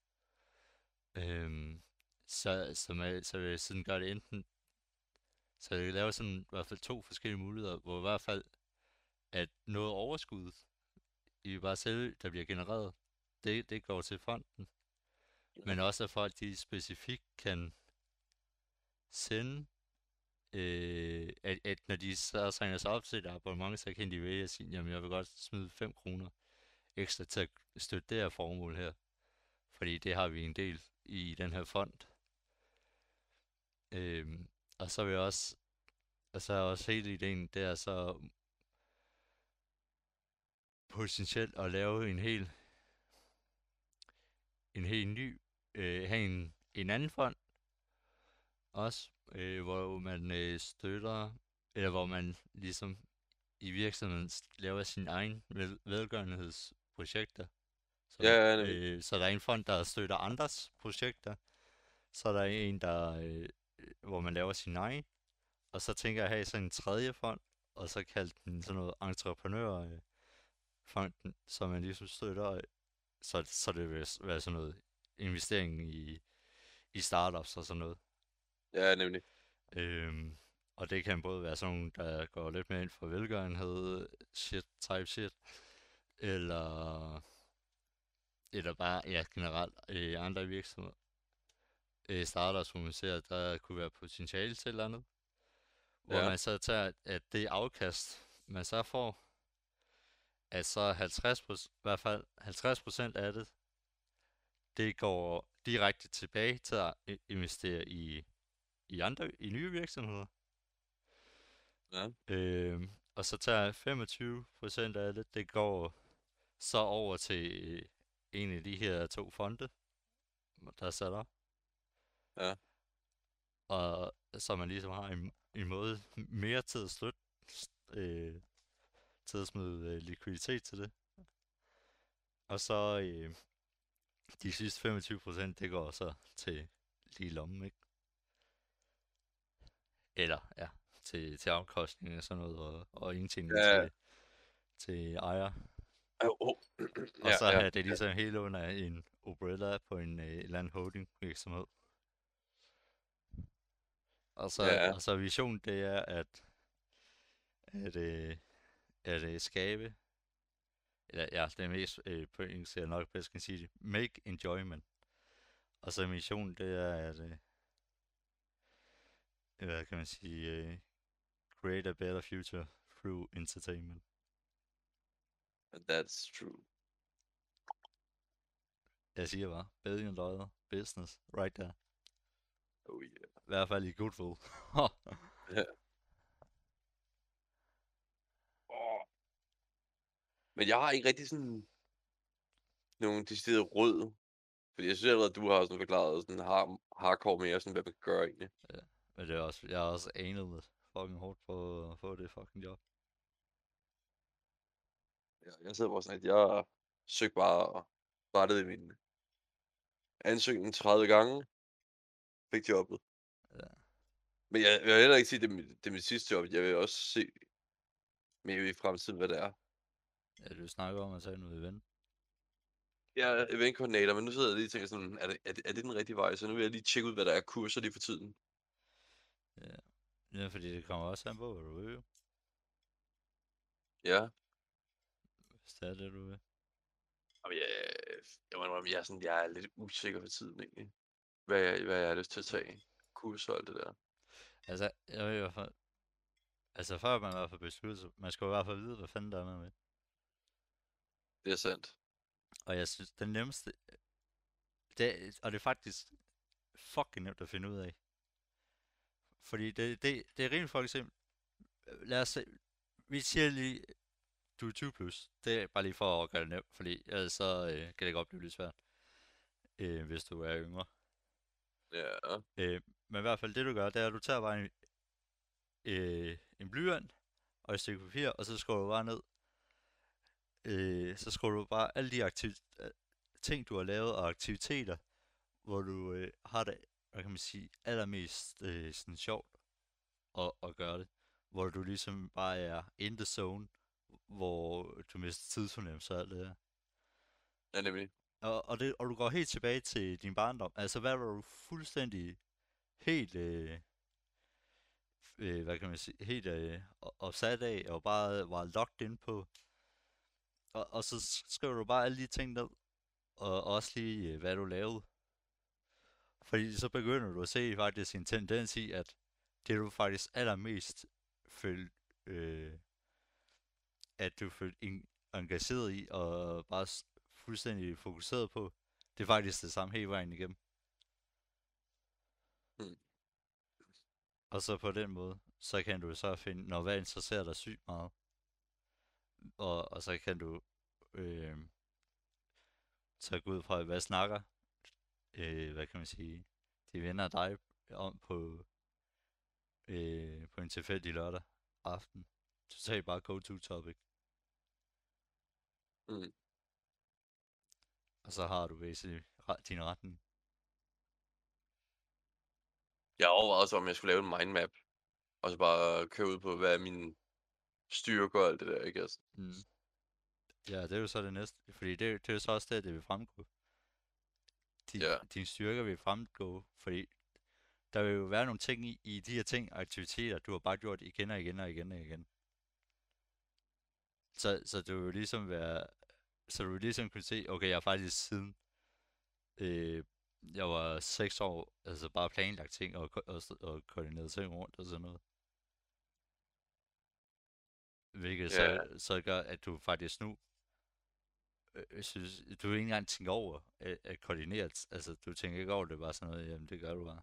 Så vil jeg sådan gøre det enten, så jeg laver sådan i hvert fald 2 forskellige muligheder, hvor i hvert fald, at noget overskud i bare selv, der bliver genereret, det går til fonden. Men også at folk, de specifikt kan sende, at når de så signer sig op til et abonnement, så kan de vælge at sige, jamen jeg vil godt smide 5 kroner ekstra til at støtte det her formål her. Fordi det har vi en del i den her fond. Og så vil jeg også Og så er også hele ideen, det er så potentielt at lave en helt ny, have en anden fond også, hvor man støtter, eller hvor man ligesom i virksomheden laver sine egen velgørenhedsprojekter. Ja, Så, ja, nemlig. så der er en fond, der støtter andres projekter, så er der en, hvor man laver sin egen, og så tænker jeg at have sådan en tredje fond, og så kalde den sådan noget entreprenørfonden, så man ligesom støtter, så det vil være sådan noget investering i startups og sådan noget. Ja, nemlig. Og det kan både være sådan nogle, der går lidt mere ind for velgørenhed, type shit, eller, eller bare, ja, generelt andre virksomheder. Startups, hvor man ser, at der kunne være potentiale til et eller andet, hvor Ja, man så tager, at det afkast, man så får, at så 50%, i hvert fald 50% af det, det går direkte tilbage til at investere i nye virksomheder. ja, Og så tager 25% af det, det går så over til en af de her to fonde, der er sat op. ja. Og så man ligesom har en måde mere til at støtte, øh, til at smide likviditet til det. Og så de sidste 25%, det går så til lige lommen, ikke? Eller, ja, til afkostning og sådan noget, og indtjening Ja, ja. til ejer. Oh. Og Ja, så ja. have det ligesom helt under en umbrella på en eller anden holding virksomhed. Ja, Og så visionen, det er at, at skabe, eller ja, det mest på engelsk, jeg nok bedst kan sige det, make enjoyment. Og så missionen, det er hvad kan man sige, create a better future through entertainment. that's true. Jeg siger bare, billion dollar business, right there. Oh yeah. I hvert fald i Goodwill. Ja. Åh. Men jeg har ikke rigtig sådan nogen decideret råd. Fordi jeg synes allerede, at du har sådan forklaret sådan hardcore mere, sådan hvad man kan gøre egentlig. Ja, men det er også, jeg har også anet det fucking hårdt på at få det fucking job. Jeg sidder bare sådan, at jeg søgte bare og rettede min ansøgning 30 gange, fik jobbet. Ja, Men jeg vil heller ikke sige, at det er mit sidste job. Jeg vil også se mere i fremtiden, hvad det er. ja du snakker om at tage noget event. Jeg er eventkoordinator, men nu sidder jeg lige og tænker sådan, er det den rigtige vej? Så nu vil jeg lige tjekke ud, hvad der er kurser lige for tiden. Ja. Ja, fordi det kommer også an på, hvad du vil. Ja. Hvis det er det, du vil. Og jeg må indrømme, jeg er lidt usikker for tiden egentlig. Hvad jeg har lyst til at tage. Kurser og alt det der. Altså, jeg ved i hvert fald, altså før man i hvert fald beslutter sig, man skal i hvert fald vide, hvad fanden der er med. Det er sandt. Og jeg synes, den nemmeste, og det er faktisk fucking nemt at finde ud af. Fordi det er rimelig for eksempel, lad os se, vi siger lige, du er 20 plus. Det er bare lige for at gøre det nemt, fordi ellers så kan det godt blive lidt svært, hvis du er yngre. Ja. Men i hvert fald det du gør, det er, at du tager bare en blyant og et stykke papir, og så skriver du bare ned. Så skriver du bare alle de ting, du har lavet, og aktiviteter, hvor du har det, hvad kan man sige, allermest sådan sjovt at gøre det. Hvor du ligesom bare er in the zone, hvor du mister tidsfornemmelse og alt det der. Ja, nemlig. Og du går helt tilbage til din barndom. Altså, hvad var du fuldstændig helt, hvad kan man sige, helt opsat af, og bare var locked in på. Og så skriver du bare alle de ting ned, og også lige, hvad du lavede. Fordi så begynder du at se faktisk en tendens i, at det du faktisk allermest følte, at du følte engageret i, og bare fuldstændig fokuseret på, det er faktisk det samme hele vejen igennem. Hmm. Og så på den måde, så kan du så finde, når hvad interesserer dig sygt meget. Og så kan du øh, så gå ud fra, hvad snakker, hvad kan man sige, de venner dig om på en tilfældig lørdag aften. Totalt bare go-to topic. Mm. Og så har du basically din retning. Jeg overvejede også, om jeg skulle lave en mindmap. Og så bare køre ud på, hvad er min styrke og alt det der, ikke? Altså. Mm. Ja, det er jo så det næste. Fordi det er jo så også det vil fremgå. Ja. Dine styrker vil fremgå, fordi der vil jo være nogle ting i de her ting, aktiviteter, du har bare gjort igen og igen og igen og igen. Så det vil jo ligesom være, så du vil ligesom kunne se, okay, jeg har faktisk siden jeg var 6 år, altså bare planlagt ting og koordineret ting rundt og sådan noget. Hvilket så gør, at du faktisk nu synes, du ikke engang tænker over at koordinere, altså du tænker ikke over det, bare sådan noget, jamen det gør du bare.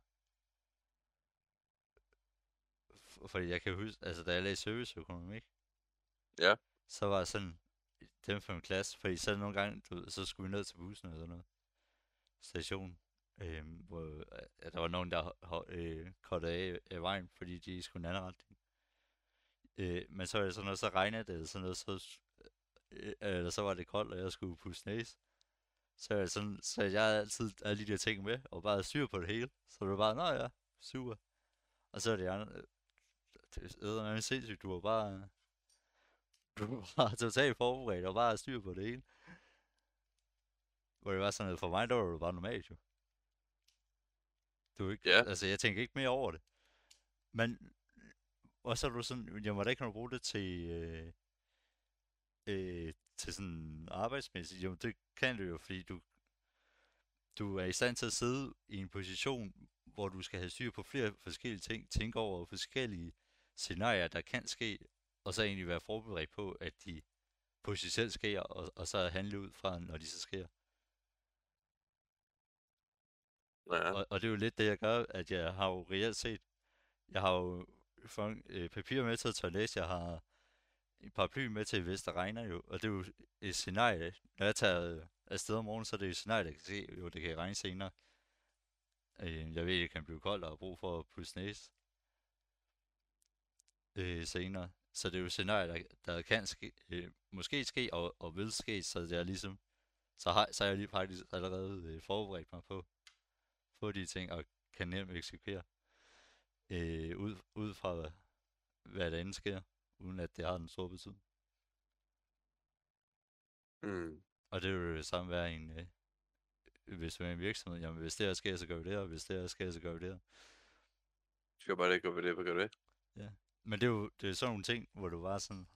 Fordi jeg kan huske, altså da jeg læste serviceøkonomi, Ja. så var jeg sådan, dem fra min klasse, fordi så nogle gange, så skulle vi ned til bussen eller sådan noget, station, hvor der var nogen, der kortede af vejen, fordi de skulle en anden retning. Men så var det sådan noget, så regnede det, eller sådan noget, eller så var det koldt, og jeg skulle puste næse. Så er det sådan, så jeg altid alle de der ting med, og bare styr på det hele. Så det var bare, nå ja, super. Og så er det andet, det er sindssygt, du var bare totalt forberedt, og bare styr på det hele. Hvor det var sådan noget, for mig, der var det bare normalt jo. Du ikke, altså jeg tænker ikke mere over det. Men, og så er du sådan, jamen hvordan kan du bruge det til sådan arbejdsmæssigt? Jo, det kan du jo, fordi du er i stand til at sidde i en position, hvor du skal have styr på flere forskellige ting, tænke over forskellige scenarier, der kan ske, og så egentlig være forberedt på, at de potentielt sker, og så handle ud fra, når de så sker. Ja. Og det er jo lidt det, jeg gør, at jeg har jo reelt set, jeg har jo papir med til at toilet, jeg har en paraply med til, hvis der regner jo, og det er jo et scenarie. Når jeg tager afsted om morgenen, så er det jo et scenarie, der kan se, jo, det kan regne senere. Jeg ved, det kan blive koldt og have brug for at puste næse senere. Så det er jo scenarier, der kan ske, måske ske og vil ske, så det er ligesom, så er jeg lige faktisk allerede forberedt mig på de ting, og kan nemt eksekvere ud fra, hvad der end sker, uden at det har den store betydning. Mm. Og det vil jo det samme være hvis du er en virksomhed, jamen hvis det her sker, så gør vi det her, og hvis det her sker, så gør vi det her. Du skal bare ikke gøre det, hvad gør det? Ja, men det er sådan nogle ting, hvor du bare sådan,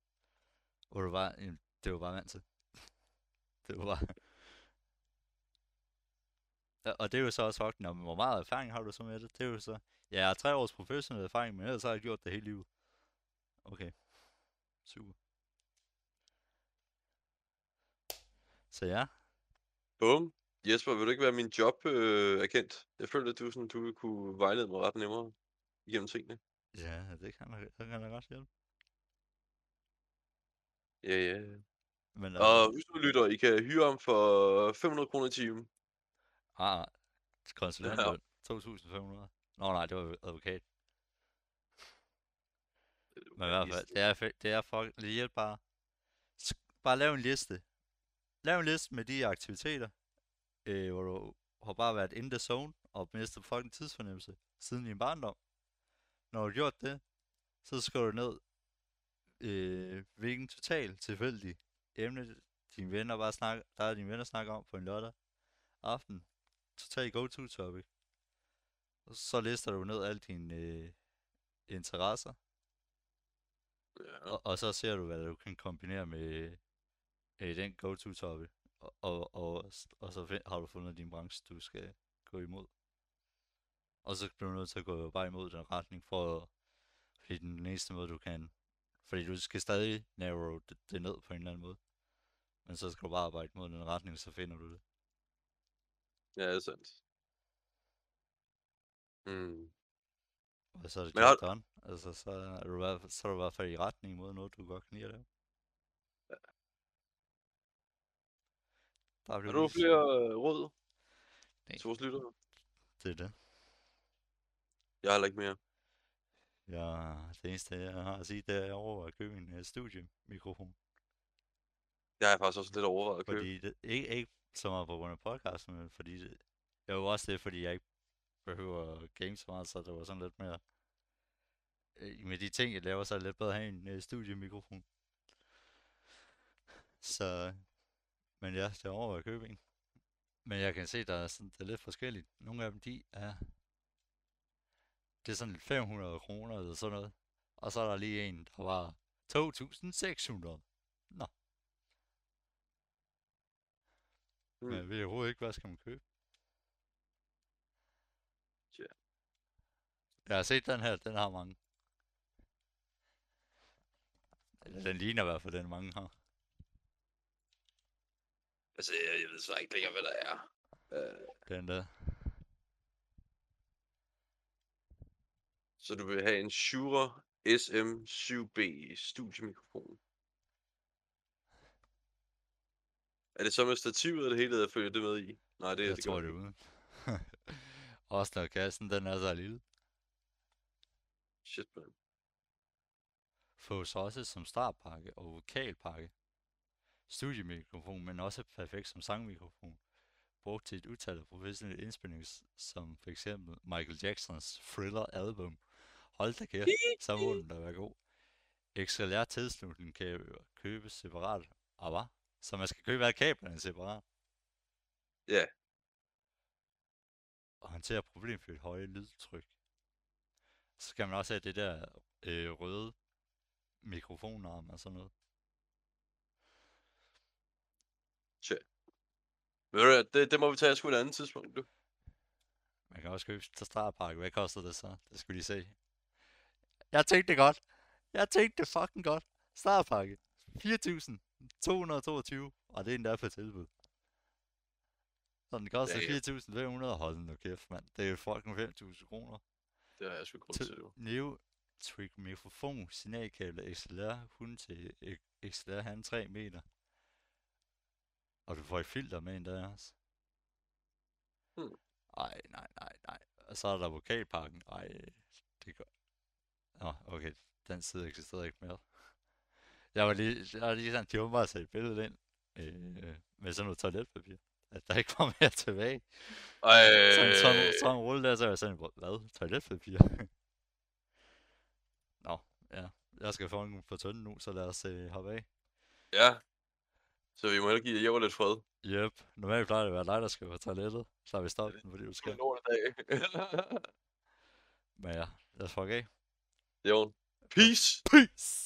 det var bare vant til. Det var bare... Og det er jo så også fucking, hvor meget erfaring har du så med det? Det er jo så, ja, jeg har 3 års professionel erfaring, men ellers har jeg gjort det hele livet. Okay, super. Så ja. Bum. Jesper, vil du ikke være min jobagent? Jeg føler, at du vil kunne vejlede mig ret nemmere igennem tingene. Ja, det kan da godt hjælpe. Ja. Men altså... Og husk nu, lytter, I kan hyre ham for 500 kroner i timen. Konsulentløn. 2.500. Nå nej, det var advokat. Men i hvert fald, det er fucking hjælp bare. Bare lav en liste. Lav en liste med de aktiviteter, hvor du har bare været in the zone og mistet fucking tidsfornemmelse siden din barndom. Når du har gjort det, så skriver du ned, hvilken total tilfældig emne dine venner snakker om på en lørdag aften. Total go-to topic. Og så lister du ned alle dine interesser. Ja. Og så ser du, hvad du kan kombinere med den go-to topic. Og så har du fundet din branche, du skal gå imod. Og så bliver du nødt til at gå bare imod den retning, fordi den eneste måde, du kan. Fordi du skal stadig narrow det ned på en eller anden måde. Men så skal du bare arbejde mod den retning, så finder du det. Ja, det er sandt. Mm. Og så er det job done. Altså, så er du i hvert fald i retning mod noget, du godt kan lide at lave. Der Har blev du lige... flere råd Nej, til vores lyttere? det er det. Jeg har heller ikke mere. Ja, det eneste, jeg har at sige, det er, at jeg overvejer at købe en studiemikrofon. Det har jeg faktisk også lidt overvejet at købe. Fordi det, ikke så meget på grund af podcasten, men fordi det, jeg jo også det, fordi jeg ikke behøver at game så meget, så det var sådan lidt mere... Med de ting, jeg laver, så er det lidt bedre at have en studiemikrofon. Så... Men ja, det er overvejer at købe en. Men jeg kan se, der er, sådan, det er lidt forskelligt. Nogle af dem, de er... Det er sådan 500 kroner eller sådan noget. Og så er der lige en, der var 2.600. Nå, men jeg ved overhovedet ikke, hvad skal man købe. Ja. Jeg har set den her, den har mange. Eller den ligner i hvert fald, den mange har. Altså, jeg ved så ikke længere, hvad der er. Den der. Så du vil have en Shure SM7B studiemikrofon. Er det så med stativet, det hele, der følger det med i? Nej, det, Jeg det tror, gør det er ikke. uden. Også når kassen, den er så lille. Shit, man. Fås også som startpakke og vokalpakke. Studiemikrofon, men også perfekt som sangmikrofon. Brugt til et utal af professionelle indspilninger, som for eksempel Michael Jacksons Thriller-album. Hold da kæft, så må den da være god. XLR-tilslutning kan købes separat. Og hvad? Så man skal købe alle kablerne separat. Ja. Yeah. Og håndtere problemfyldt høje lydtryk. Så skal man også have det der røde mikrofonarm og sådan noget. Tja. Ved du, det må vi tage sgu et andet tidspunkt, du. Man kan også købe til startpakke. Hvad koster det så? Det skulle de se. Jeg tænkte det godt. Jeg tænkte det fucking godt. Startpakke. 4.222. Og det er endda på tilbud. Så den koster 4.500. Hold nu kæft, mand. Det er jo fucking 5.000 kroner. Det har jeg sgu grund til, du. Neotric mikrofon, signalkabel XLR, kun til XLR, han 3 meter. Og du får et filter med en der også. Ej, nej. Og så er der vokalpakken. Ej, det gør... Nå, okay. Den side eksisterer ikke mere. Jeg var lige sådan, de åbenbart sat et billede ind. Med sådan noget toiletpapir. At der ikke var mere tilbage. Sådan en rulle der, så var jeg sådan, hvad? Toiletpapir? Nå, ja. Jeg skal få en på tønden nu, så lad os hoppe af. Ja. Så vi må heller give Jæver lidt fred. Jep. Normalt plejer det at være dig, der skal på toilettet. Så har vi stoppet den, fordi du skal. Men ja, lad os fuck af. Jo. Peace! Peace!